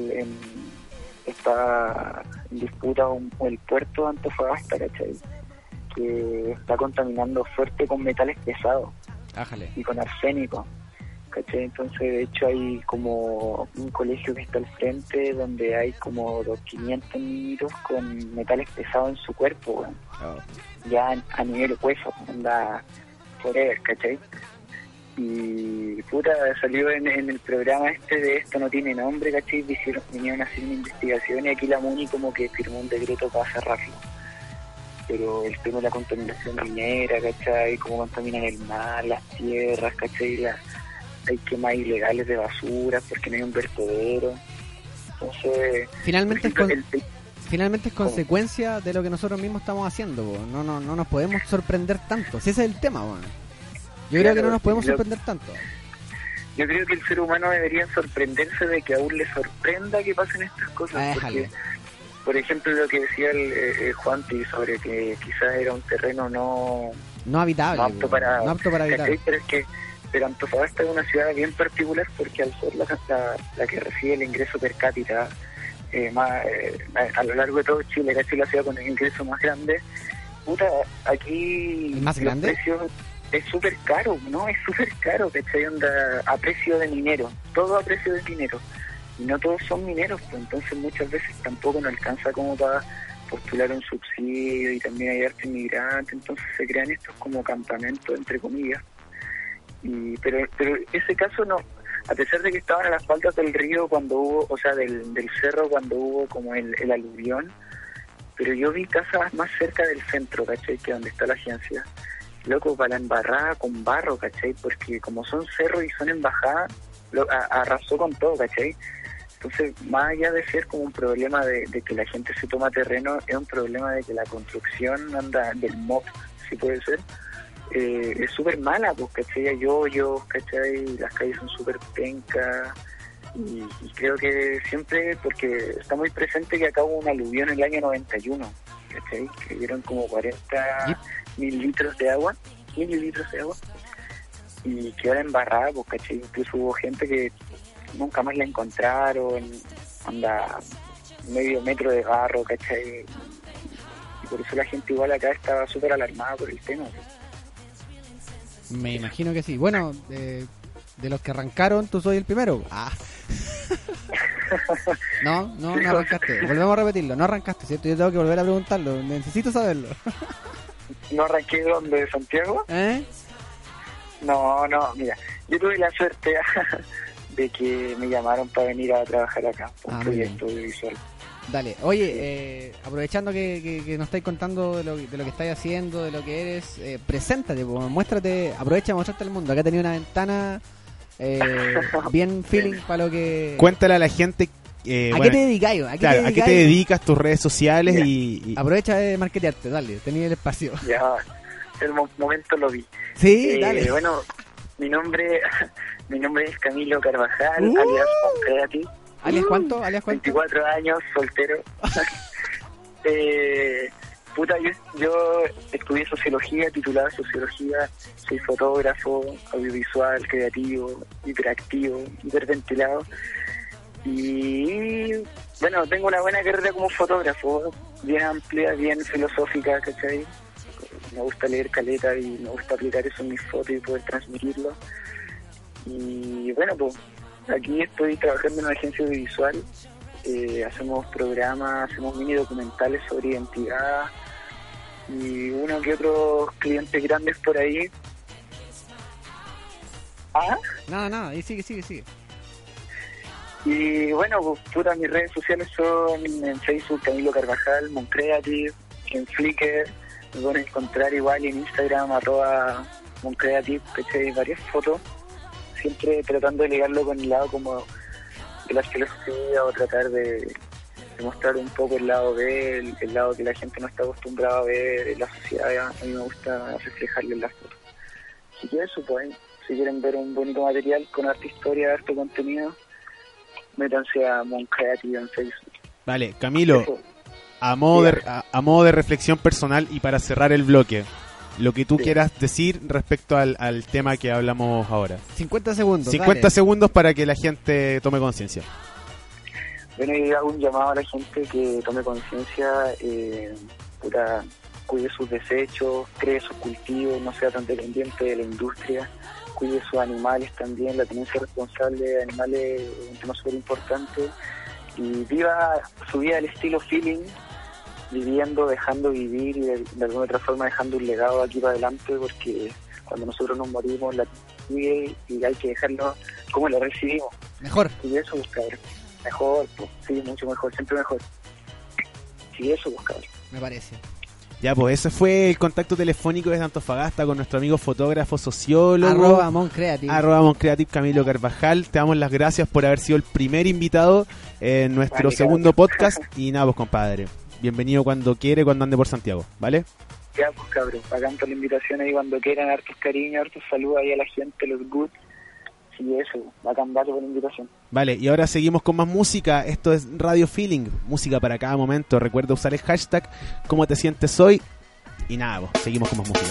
está en disputa el puerto de Antofagasta, ¿cachai? Que está contaminando fuerte con metales pesados Ájale. y con arsénico, ¿cachai? Entonces de hecho hay como un colegio que está al frente donde hay como 500 niños con metales pesados en su cuerpo, weón. Ya a nivel hueso, anda forever, ¿cachai? Y puta, salió en el programa de Esto No Tiene Nombre, ¿cachai? Vinieron a hacer una investigación y aquí la MUNI como que firmó un decreto para cerrarlo. Pero el tema de la contaminación minera, ¿cachai? Cómo contaminan el mar, las tierras, ¿cachai? Hay quemas ilegales de basura porque no hay un vertedero. Entonces, Finalmente por ejemplo, Finalmente es consecuencia de lo que nosotros mismos estamos haciendo, po. No nos podemos sorprender tanto. Si ese es el tema, bueno. Yo creo que no nos podemos sorprender tanto. Yo creo que el ser humano debería sorprenderse de que aún le sorprenda que pasen estas cosas. Porque, por ejemplo, lo que decía el Juanpi sobre que quizás era un terreno no habitable, no apto para habitar. Pero Antofagasta es una ciudad bien particular porque al ser la que recibe el ingreso per cápita a lo largo de todo Chile, casi la ciudad con el ingreso más grande, puta, aquí ¿El más grande? los precios es súper caro, ¿no? Es súper caro, ¿cachai? Onda a precio de minero, todo a precio de minero, y no todos son mineros, pues entonces muchas veces tampoco nos alcanza como para postular un subsidio, y también hay arte inmigrante, entonces se crean estos como campamentos, entre comillas, pero ese caso no, a pesar de que estaban a las faldas del río cuando hubo, o sea, del cerro cuando hubo como el aluvión, pero yo vi casas más cerca del centro, ¿cachai? Que donde está la agencia. Loco, para la embarrada con barro, ¿cachai? Porque como son cerros y son embajadas, arrasó con todo, ¿cachai? Entonces, más allá de ser como un problema de que la gente se toma terreno, es un problema de que la construcción anda del MOP, si puede ser, es súper mala, pues, ¿cachai? Hay hoyos, ¿cachai? Las calles son súper pencas, y creo que siempre, porque está muy presente que acá hubo un aluvión en el año 91, ¿cachai? Que dieron como 40 mililitros de agua, y quedó embarrada, pues, ¿cachai? Incluso hubo gente que nunca más la encontraron, anda medio metro de barro, ¿cachai? Y por eso la gente igual acá estaba súper alarmada por el tema, ¿sí? Me imagino que sí. Bueno, de los que arrancaron, tú soy el primero. No arrancaste. Volvemos a repetirlo. No arrancaste, ¿cierto? Yo tengo que volver a preguntarlo. Necesito saberlo. ¿No arranqué donde Santiago? ¿Eh? No, mira. Yo tuve la suerte de que me llamaron para venir a trabajar acá, por un proyecto audiovisual. Dale, oye, aprovechando que nos estáis contando de lo que estáis haciendo, de lo que eres, preséntate, muéstrate, aprovecha de mostrarte al mundo. Acá tenía una ventana bien feeling para lo que... Cuéntale a la gente... ¿A qué te dedicáis? ¿A qué te dedicas, tus redes sociales? Ya. Y... Aprovecha de marketearte, dale, tenía el espacio. Ya, el momento lo vi. Sí, dale. Bueno, mi nombre es Camilo Carvajal, alias Moncreative. ¿Alias cuánto? ¿Alias cuánto? 24 años, soltero. Yo estudié sociología, titulada sociología, soy fotógrafo, audiovisual, creativo, hiperactivo, hiperventilado. Y bueno, tengo una buena carrera como fotógrafo, bien amplia, bien filosófica, ¿cachai? Me gusta leer caleta y me gusta aplicar eso en mis fotos y poder transmitirlo. Y bueno, pues aquí estoy trabajando en una agencia audiovisual, hacemos programas, hacemos mini documentales sobre identidad y uno que otros clientes grandes por ahí. No, y sigue. Y bueno, pues, mis redes sociales son en Facebook Camilo Carvajal, Moncreative, en Flickr, me pueden encontrar igual en Instagram, @Moncreative, ¿cachai? Varias fotos, siempre tratando de ligarlo con el lado como de la filosofía o tratar de mostrar un poco el lado B, el lado que la gente no está acostumbrada a ver en la sociedad. A mí me gusta reflejarle en las fotos. Así que eso, pues, si quieren ver un bonito material con harta historia, harto contenido, métanse a Moncreative en Facebook. Vale, Camilo, a modo de reflexión personal y para cerrar el bloque, lo que tú quieras decir respecto al tema que hablamos ahora. 50 segundos. 50 segundos para que la gente tome conciencia. Bueno, y hago un llamado a la gente que tome conciencia, cuide sus desechos, cree sus cultivos, no sea tan dependiente de la industria, cuide sus animales también, la tenencia responsable de animales es un tema súper importante, y viva su vida al estilo feeling, viviendo, dejando vivir y de alguna otra forma dejando un legado aquí para adelante, porque cuando nosotros nos morimos la sigue y hay que dejarlo como lo recibimos. Mejor. Y eso buscar. Mejor, pues, sí, mucho mejor, siempre mejor. Sí, eso buscar. Me parece. Ya, pues ese fue el contacto telefónico desde Antofagasta con nuestro amigo fotógrafo, sociólogo, @Moncreative, Camilo Carvajal. Te damos las gracias por haber sido el primer invitado en nuestro segundo podcast. Y nada, pues compadre, bienvenido cuando ande por Santiago, ¿vale? Ya, pues cabrón, bacán por la invitación ahí cuando quieran, hartos cariños, hartos saludos ahí a la gente, los good. Sí, eso, bacán, por la invitación. Vale, y ahora seguimos con más música. Esto es Radio Feeling, música para cada momento. Recuerda usar el hashtag ¿Cómo te sientes hoy? Y nada, pues, seguimos con más música.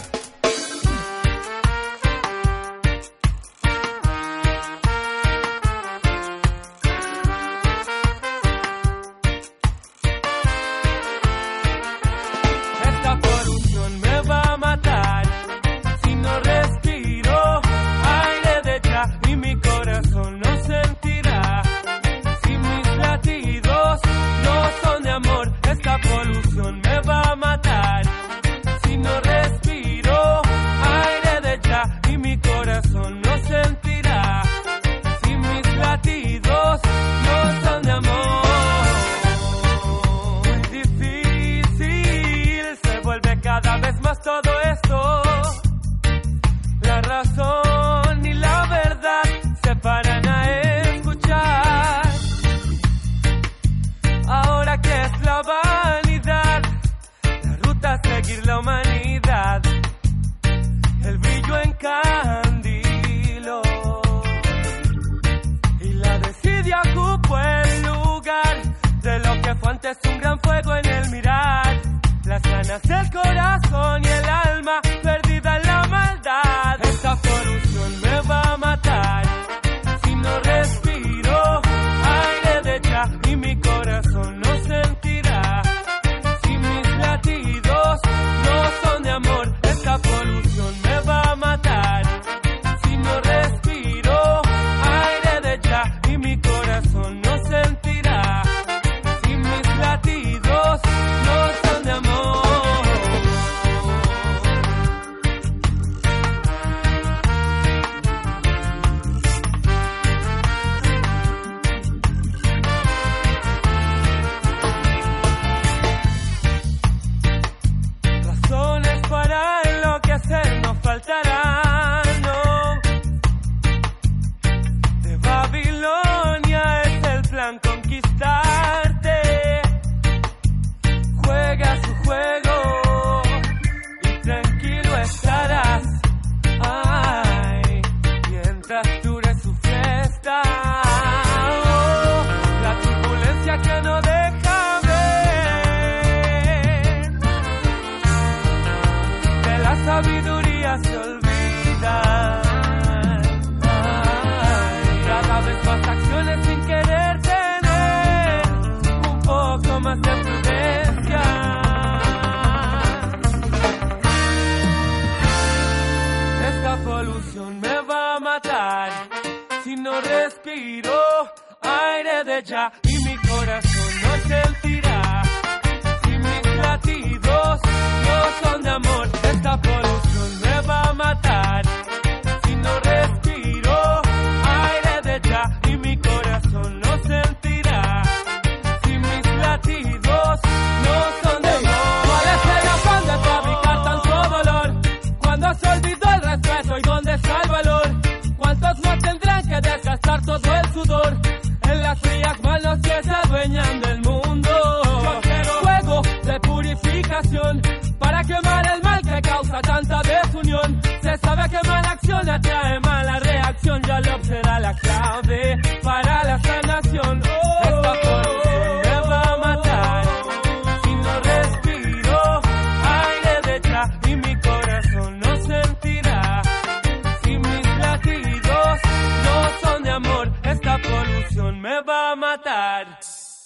Sentirá si mis latidos no son de amor. ella y mi corazón no sentirá. Si mis latidos no son de amor, esta polución me va a matar. Si no respiro aire de ella y mi corazón no sentirá. Si mis latidos no son de amor. ¿Cuál es el afán de fabricar tanto dolor? Cuando se olvidó el respeto y dónde está el valor. ¿Cuántos no tendrán que desgastar todo el sudor en las frías manos que se adueñan del mundo? Yo quiero fuego de purificación para quemar el mal que causa tanta desunión. Se sabe que mala acción atrae mala reacción. Ya lo será la clave para la sanación. Esta polución me va a matar. Si no respiro aire de ella y mi corazón no sentirá. Si mis latidos no son de amor, esta polución me va a matar.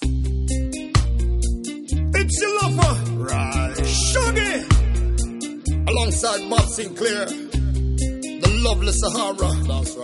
It's your lover, right? Shuggy, alongside Bob Sinclair, the lovely Sahara. That's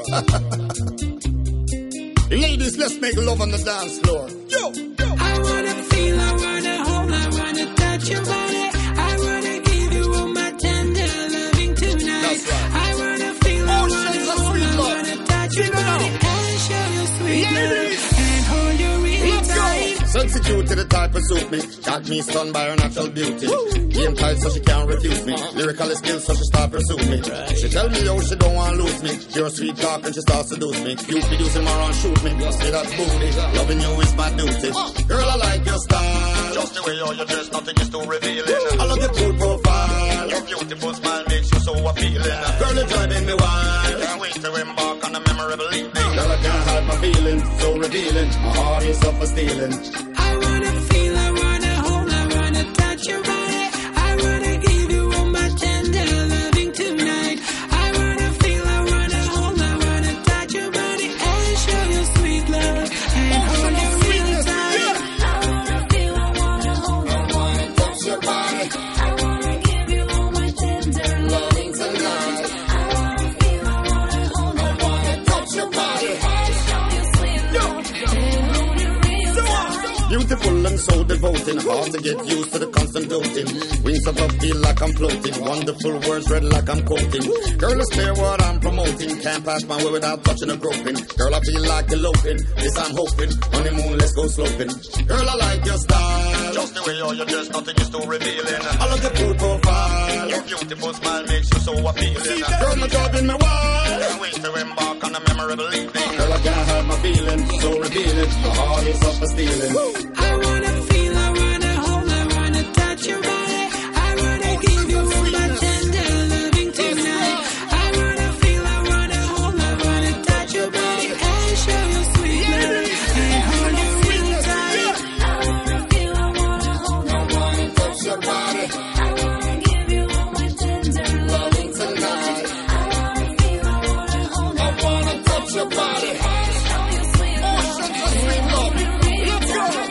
right. Ladies, let's make love on the dance floor. Yo, yo. I wanna feel, I wanna hold, I wanna touch your body. I wanna give you all my tender loving tonight. That's right. I wanna feel, I wanna Oceans of hold, sweet I love. wanna touch your Sing it body out. and show you sweet Ladies. love and hold you really Let's tight. go. Sexy cute to the type of suit me. Got me stunned by her natural beauty. Game tight so she can't refuse me. Lyrical skills so she start pursue me. She tell me how she don't want to lose me. Pure sweet talk and she starts seduce me. Cupid using my run shoot me. See that booty. Loving you is my duty. Girl, I like your style. Just the way all you dress, nothing is too revealing. I love your cool profile. Your beautiful smile makes you so appealing. Girl, you're driving me wild. Can't wait to embark on a memorable evening. Girl, I can't hide my feelings. So revealing. My heart is up for stealing. I wanna feel, I wanna hold, I wanna touch your body. I wanna give you all my tender loving tonight. I wanna feel, I wanna hold, I wanna touch your body and show you sweet love and hold you real tight. I wanna feel, I wanna hold, I wanna touch your body. I wanna give you all my tender loving tonight. I wanna feel, I wanna hold, I wanna touch your body and show you sweet love and hold you real tight. Beautiful and so devoting, hard to get used to the constant doting. Wings above feel like I'm floating, wonderful words read like I'm quoting. Girl, it's clear what I'm promoting, can't pass my way without touching or groping. Girl, I feel like eloping, this I'm hoping, honeymoon, let's go sloping. Girl, I like your style, just the way all you dress, nothing is too revealing. I love your cool profile, your beautiful smile makes you so appealing. Girl, you're driving me wild, can't wait to embark on a memorable evening. Girl, I can't hide my feelings, so revealing, my heart is up for stealing. I wanna feel, I wanna hold, I wanna touch your body. I wanna give you all my tender loving tonight. I wanna feel, I wanna hold, I wanna touch your body and show you sweet love and hold you real tight. I wanna feel, I wanna hold, I wanna touch your body. I wanna give you all my tender loving tonight. I wanna feel, I wanna hold, I wanna touch your body and show you sweet love and hold you real tight.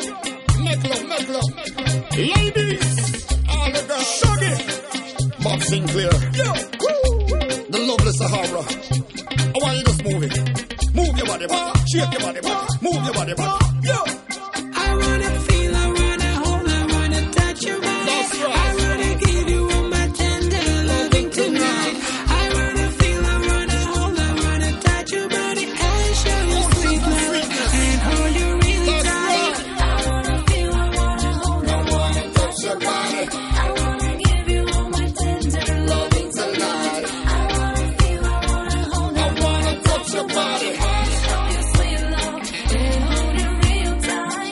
Make love. Ladies, all the girls. Shuggy, Bob Sinclair. Yo, the lovely Sahara. I want you to just move it. Move your body back. Shake your body back. Move your body back. Yo. I wanna feel, I wanna hold, I wanna touch your body. That's right. I wanna give you all my tender loving tonight. I wanna feel, I wanna hold, I wanna touch your body and show you sweet love and hold you really tight. I wanna feel, I wanna hold, I wanna touch your body. I wanna give you all my tender loving tonight. I wanna feel, I wanna hold, I wanna touch your body and show you sweet love and hold you real tight.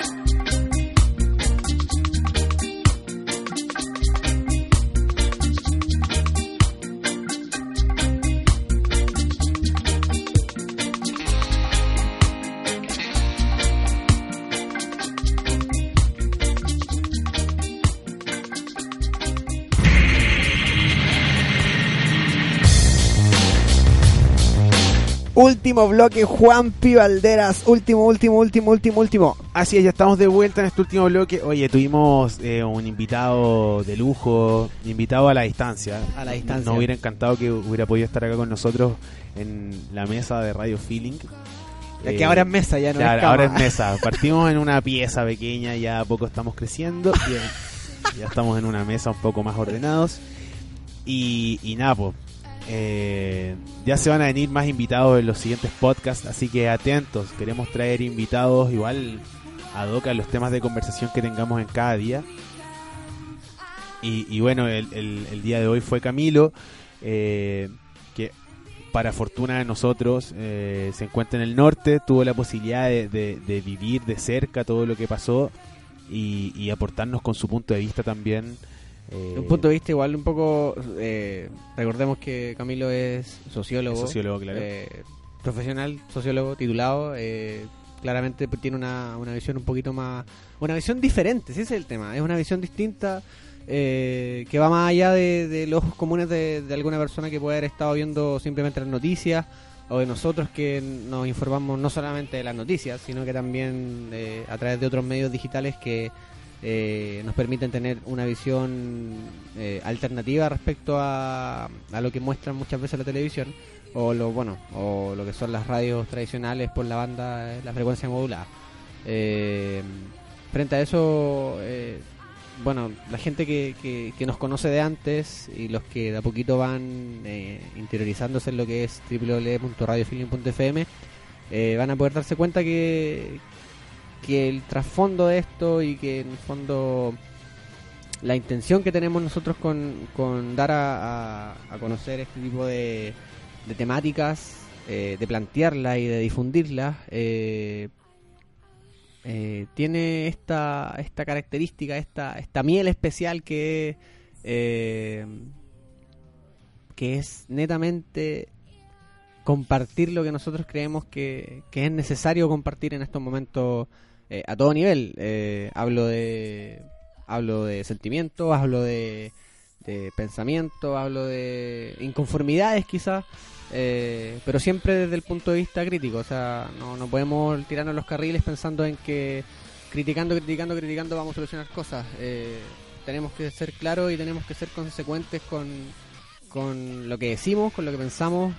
Último bloque, Juanpi Valderas. Último. Así es, ya estamos de vuelta en este último bloque. Oye, tuvimos un invitado de lujo, invitado a la distancia. Nos hubiera encantado que hubiera podido estar acá con nosotros en la mesa de Radio Feeling. Ya que ahora es mesa, ya no claro, es cama. ahora es mesa. Partimos en una pieza pequeña, ya a poco estamos creciendo. Y ya estamos en una mesa un poco más ordenados. Y nada, pues. Ya se van a venir más invitados en los siguientes podcasts, así que atentos. Queremos traer invitados igual ad hoc a los temas de conversación que tengamos en cada día. Y bueno, el día de hoy fue Camilo, que para fortuna de nosotros se encuentra en el norte, tuvo la posibilidad de vivir de cerca todo lo que pasó y aportarnos con su punto de vista también. Un punto de vista igual un poco, recordemos que Camilo es sociólogo, claro. Profesional, sociólogo, titulado, claramente tiene una visión un poquito más, una visión diferente, ese es el tema, es una visión distinta, que va más allá de los ojos comunes de alguna persona que puede haber estado viendo simplemente las noticias, o de nosotros que nos informamos no solamente de las noticias, sino que también a través de otros medios digitales que nos permiten tener una visión alternativa respecto a lo que muestran muchas veces la televisión o lo que son las radios tradicionales por la banda, la frecuencia modulada. Frente a eso, la gente que nos conoce de antes y los que de a poquito van interiorizándose en lo que es www.radiofeeling.fm van a poder darse cuenta que el trasfondo de esto y que en el fondo la intención que tenemos nosotros con dar a conocer este tipo de temáticas, de plantearlas y de difundirlas, tiene esta característica, esta miel especial que es netamente compartir lo que nosotros creemos que es necesario compartir en estos momentos a todo nivel. Hablo de sentimientos, hablo de pensamiento, hablo de inconformidades quizás, pero siempre desde el punto de vista crítico. O sea, no podemos tirarnos los carriles pensando en que criticando vamos a solucionar cosas. Tenemos que ser claros y tenemos que ser consecuentes con lo que decimos, con lo que pensamos.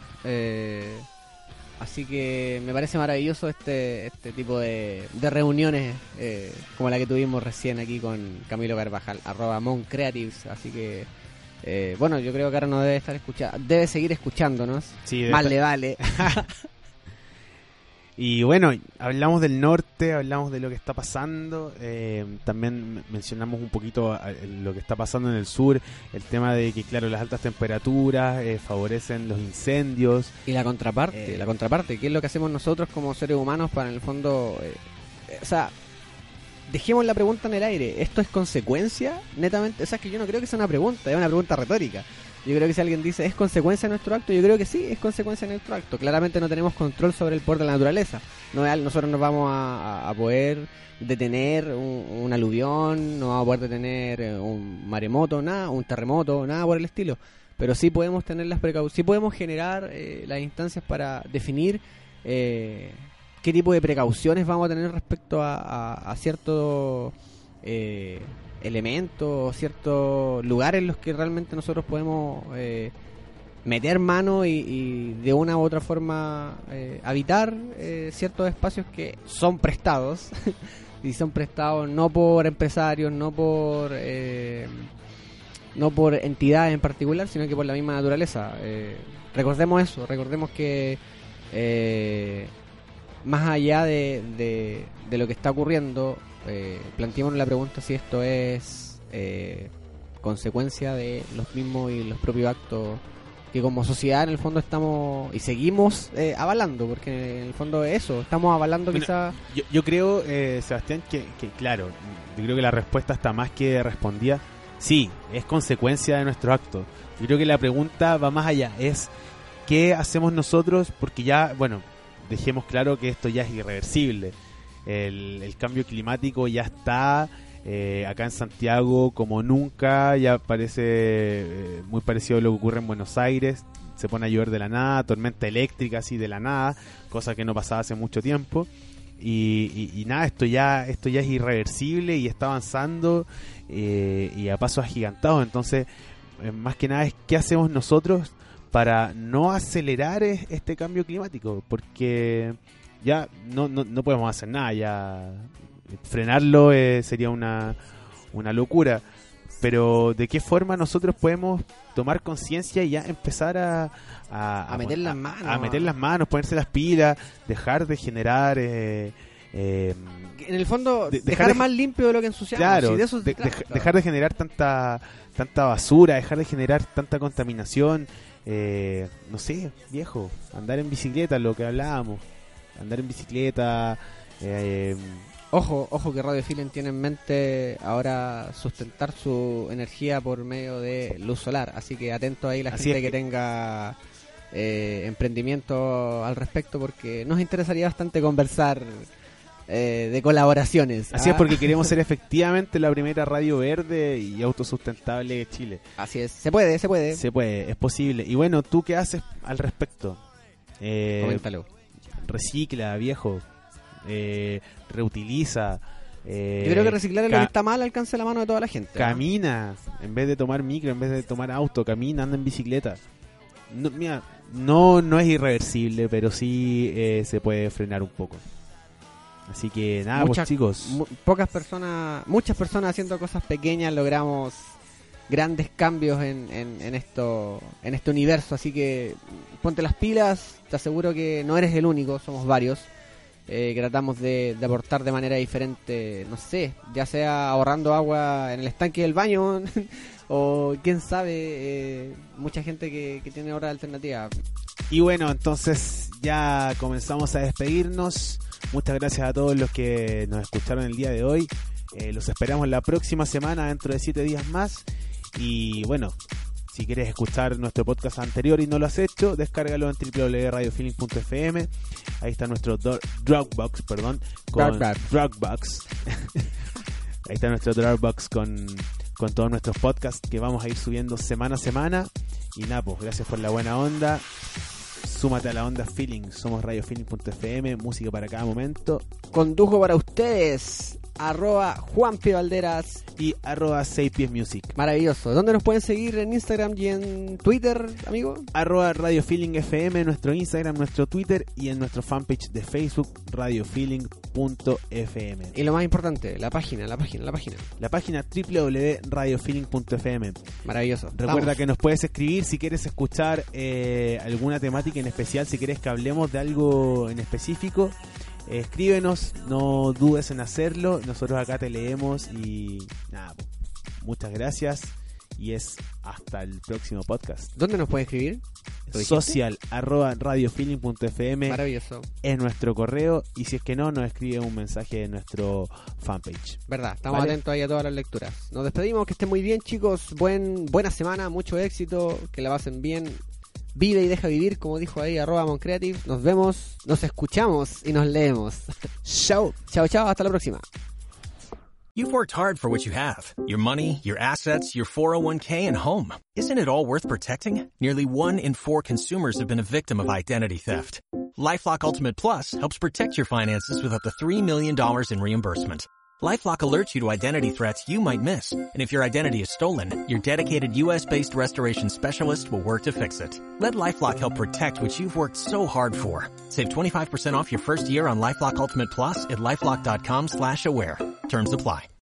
Así que me parece maravilloso este tipo de reuniones como la que tuvimos recién aquí con Camilo Carvajal, @moncreatives. Así que yo creo que ahora no debe estar debe seguir escuchándonos. Sí, más le vale. Y bueno, hablamos del norte, hablamos de lo que está pasando, también mencionamos un poquito lo que está pasando en el sur, el tema de que, claro, las altas temperaturas favorecen los incendios. Y la contraparte, ¿qué es lo que hacemos nosotros como seres humanos para, en el fondo, dejemos la pregunta en el aire? ¿Esto es consecuencia, netamente? O sea, es que yo no creo que sea una pregunta, es una pregunta retórica. Yo creo que si alguien dice, ¿es consecuencia de nuestro acto? Yo creo que sí, es consecuencia de nuestro acto. Claramente no tenemos control sobre el poder de la naturaleza. Nosotros no vamos a poder detener un aluvión, no vamos a poder detener un maremoto, nada, un terremoto, nada por el estilo. Pero sí podemos tener las precauciones, sí podemos generar las instancias para definir qué tipo de precauciones vamos a tener respecto a ciertos elementos, ciertos lugares en los que realmente nosotros podemos meter mano y de una u otra forma habitar ciertos espacios que son prestados y son prestados no por empresarios, no por entidades en particular, sino que por la misma naturaleza. Recordemos eso, recordemos que más allá de lo que está ocurriendo, planteémonos la pregunta si esto es consecuencia de los mismos y los propios actos que como sociedad en el fondo estamos y seguimos avalando, porque en el fondo es eso, estamos avalando. Bueno, quizás yo creo, Sebastián, que claro, yo creo que la respuesta está más que respondida. Sí, es consecuencia de nuestro acto. Yo creo que la pregunta va más allá, es ¿qué hacemos nosotros? Porque ya, bueno, dejemos claro que esto ya es irreversible. El cambio climático ya está acá en Santiago como nunca, ya parece muy parecido a lo que ocurre en Buenos Aires. Se pone a llover de la nada, tormenta eléctrica así de la nada, cosa que no pasaba hace mucho tiempo. Y nada, esto ya es irreversible y está avanzando y a pasos agigantados. Entonces, más que nada es qué hacemos nosotros para no acelerar este cambio climático, porque ya no podemos hacer nada, ya frenarlo sería una locura. Pero ¿de qué forma nosotros podemos tomar conciencia y ya empezar a meter las manos? A meter las manos, ponerse las pilas, dejar de generar... En el fondo, dejar dejar de- más limpio de lo que ensuciamos. Claro, y de eso se trata. dejar de generar tanta basura, dejar de generar tanta contaminación. No sé, viejo, andar en bicicleta, lo que hablábamos. Andar en bicicleta... Ojo que Radio Feeling tiene en mente ahora sustentar su energía por medio de luz solar, así que atento ahí la Así gente es que que- tenga emprendimiento al respecto, porque nos interesaría bastante conversar de colaboraciones. Así es, porque queremos ser efectivamente la primera radio verde y autosustentable de Chile. Así es, se puede. Se puede, es posible. Y bueno, ¿tú qué haces al respecto? Coméntalo. Recicla, viejo. Reutiliza. Yo creo que reciclar es lo que está mal al alcance de la mano de toda la gente. Camina, en vez de tomar micro, en vez de tomar auto, camina, anda en bicicleta. No, mira, no es irreversible, pero sí se puede frenar un poco. Así que nada, pues chicos. Muchas personas haciendo cosas pequeñas logramos grandes cambios en este universo, así que ponte las pilas, te aseguro que no eres el único, somos varios. Que tratamos de aportar de manera diferente, no sé, ya sea ahorrando agua en el estanque del baño o quién sabe, mucha gente que tiene otra alternativa. Y bueno, entonces ya comenzamos a despedirnos. Muchas gracias a todos los que nos escucharon el día de hoy. Los esperamos la próxima semana, dentro de 7 días más. Y bueno, si quieres escuchar nuestro podcast anterior y no lo has hecho, descárgalo en www.radiofeeling.fm. Ahí está nuestro Dropbox, Dropbox. Ahí está nuestro Dropbox con todos nuestros podcasts que vamos a ir subiendo semana a semana. Y nada, pues gracias por la buena onda. Súmate a la onda Feeling. Somos radiofeeling.fm, música para cada momento. Condujo para ustedes @Juanpi Valderas y @6piesmusic. Maravilloso. ¿Dónde nos pueden seguir? En Instagram y en Twitter, amigo. @RadioFeelingFM, nuestro Instagram, nuestro Twitter y en nuestro fanpage de Facebook, radiofeeling.fm. Y lo más importante, la página. La página www.radiofeeling.fm. Maravilloso. Recuerda Vamos. que nos puedes escribir si quieres escuchar alguna temática en especial, si quieres que hablemos de algo en específico. Escríbenos, no dudes en hacerlo. Nosotros acá te leemos y nada, muchas gracias y es hasta el próximo podcast. ¿Dónde nos puede escribir? Social @radiofeeling.fm. Maravilloso. Es nuestro correo y si es que no, nos escribe un mensaje en nuestro fanpage. Verdad, estamos ¿Vale? atentos ahí a todas las lecturas. Nos despedimos, que estén muy bien, chicos. Buena semana, mucho éxito, que la pasen bien. Vive y deja vivir, como dijo ahí @Moncreative. Nos vemos, nos escuchamos y nos leemos. Chao. Chao, hasta la próxima. You've worked hard for what you have. Your money, your assets, your 401k, and home. Isn't it all worth protecting? Nearly 1 in 4 consumers have been a victim of identity theft. LifeLock Ultimate Plus helps protect your finances with up to $3 million in reimbursement. LifeLock alerts you to identity threats you might miss. And if your identity is stolen, your dedicated U.S.-based restoration specialist will work to fix it. Let LifeLock help protect what you've worked so hard for. Save 25% off your first year on LifeLock Ultimate Plus at LifeLock.com/aware. Terms apply.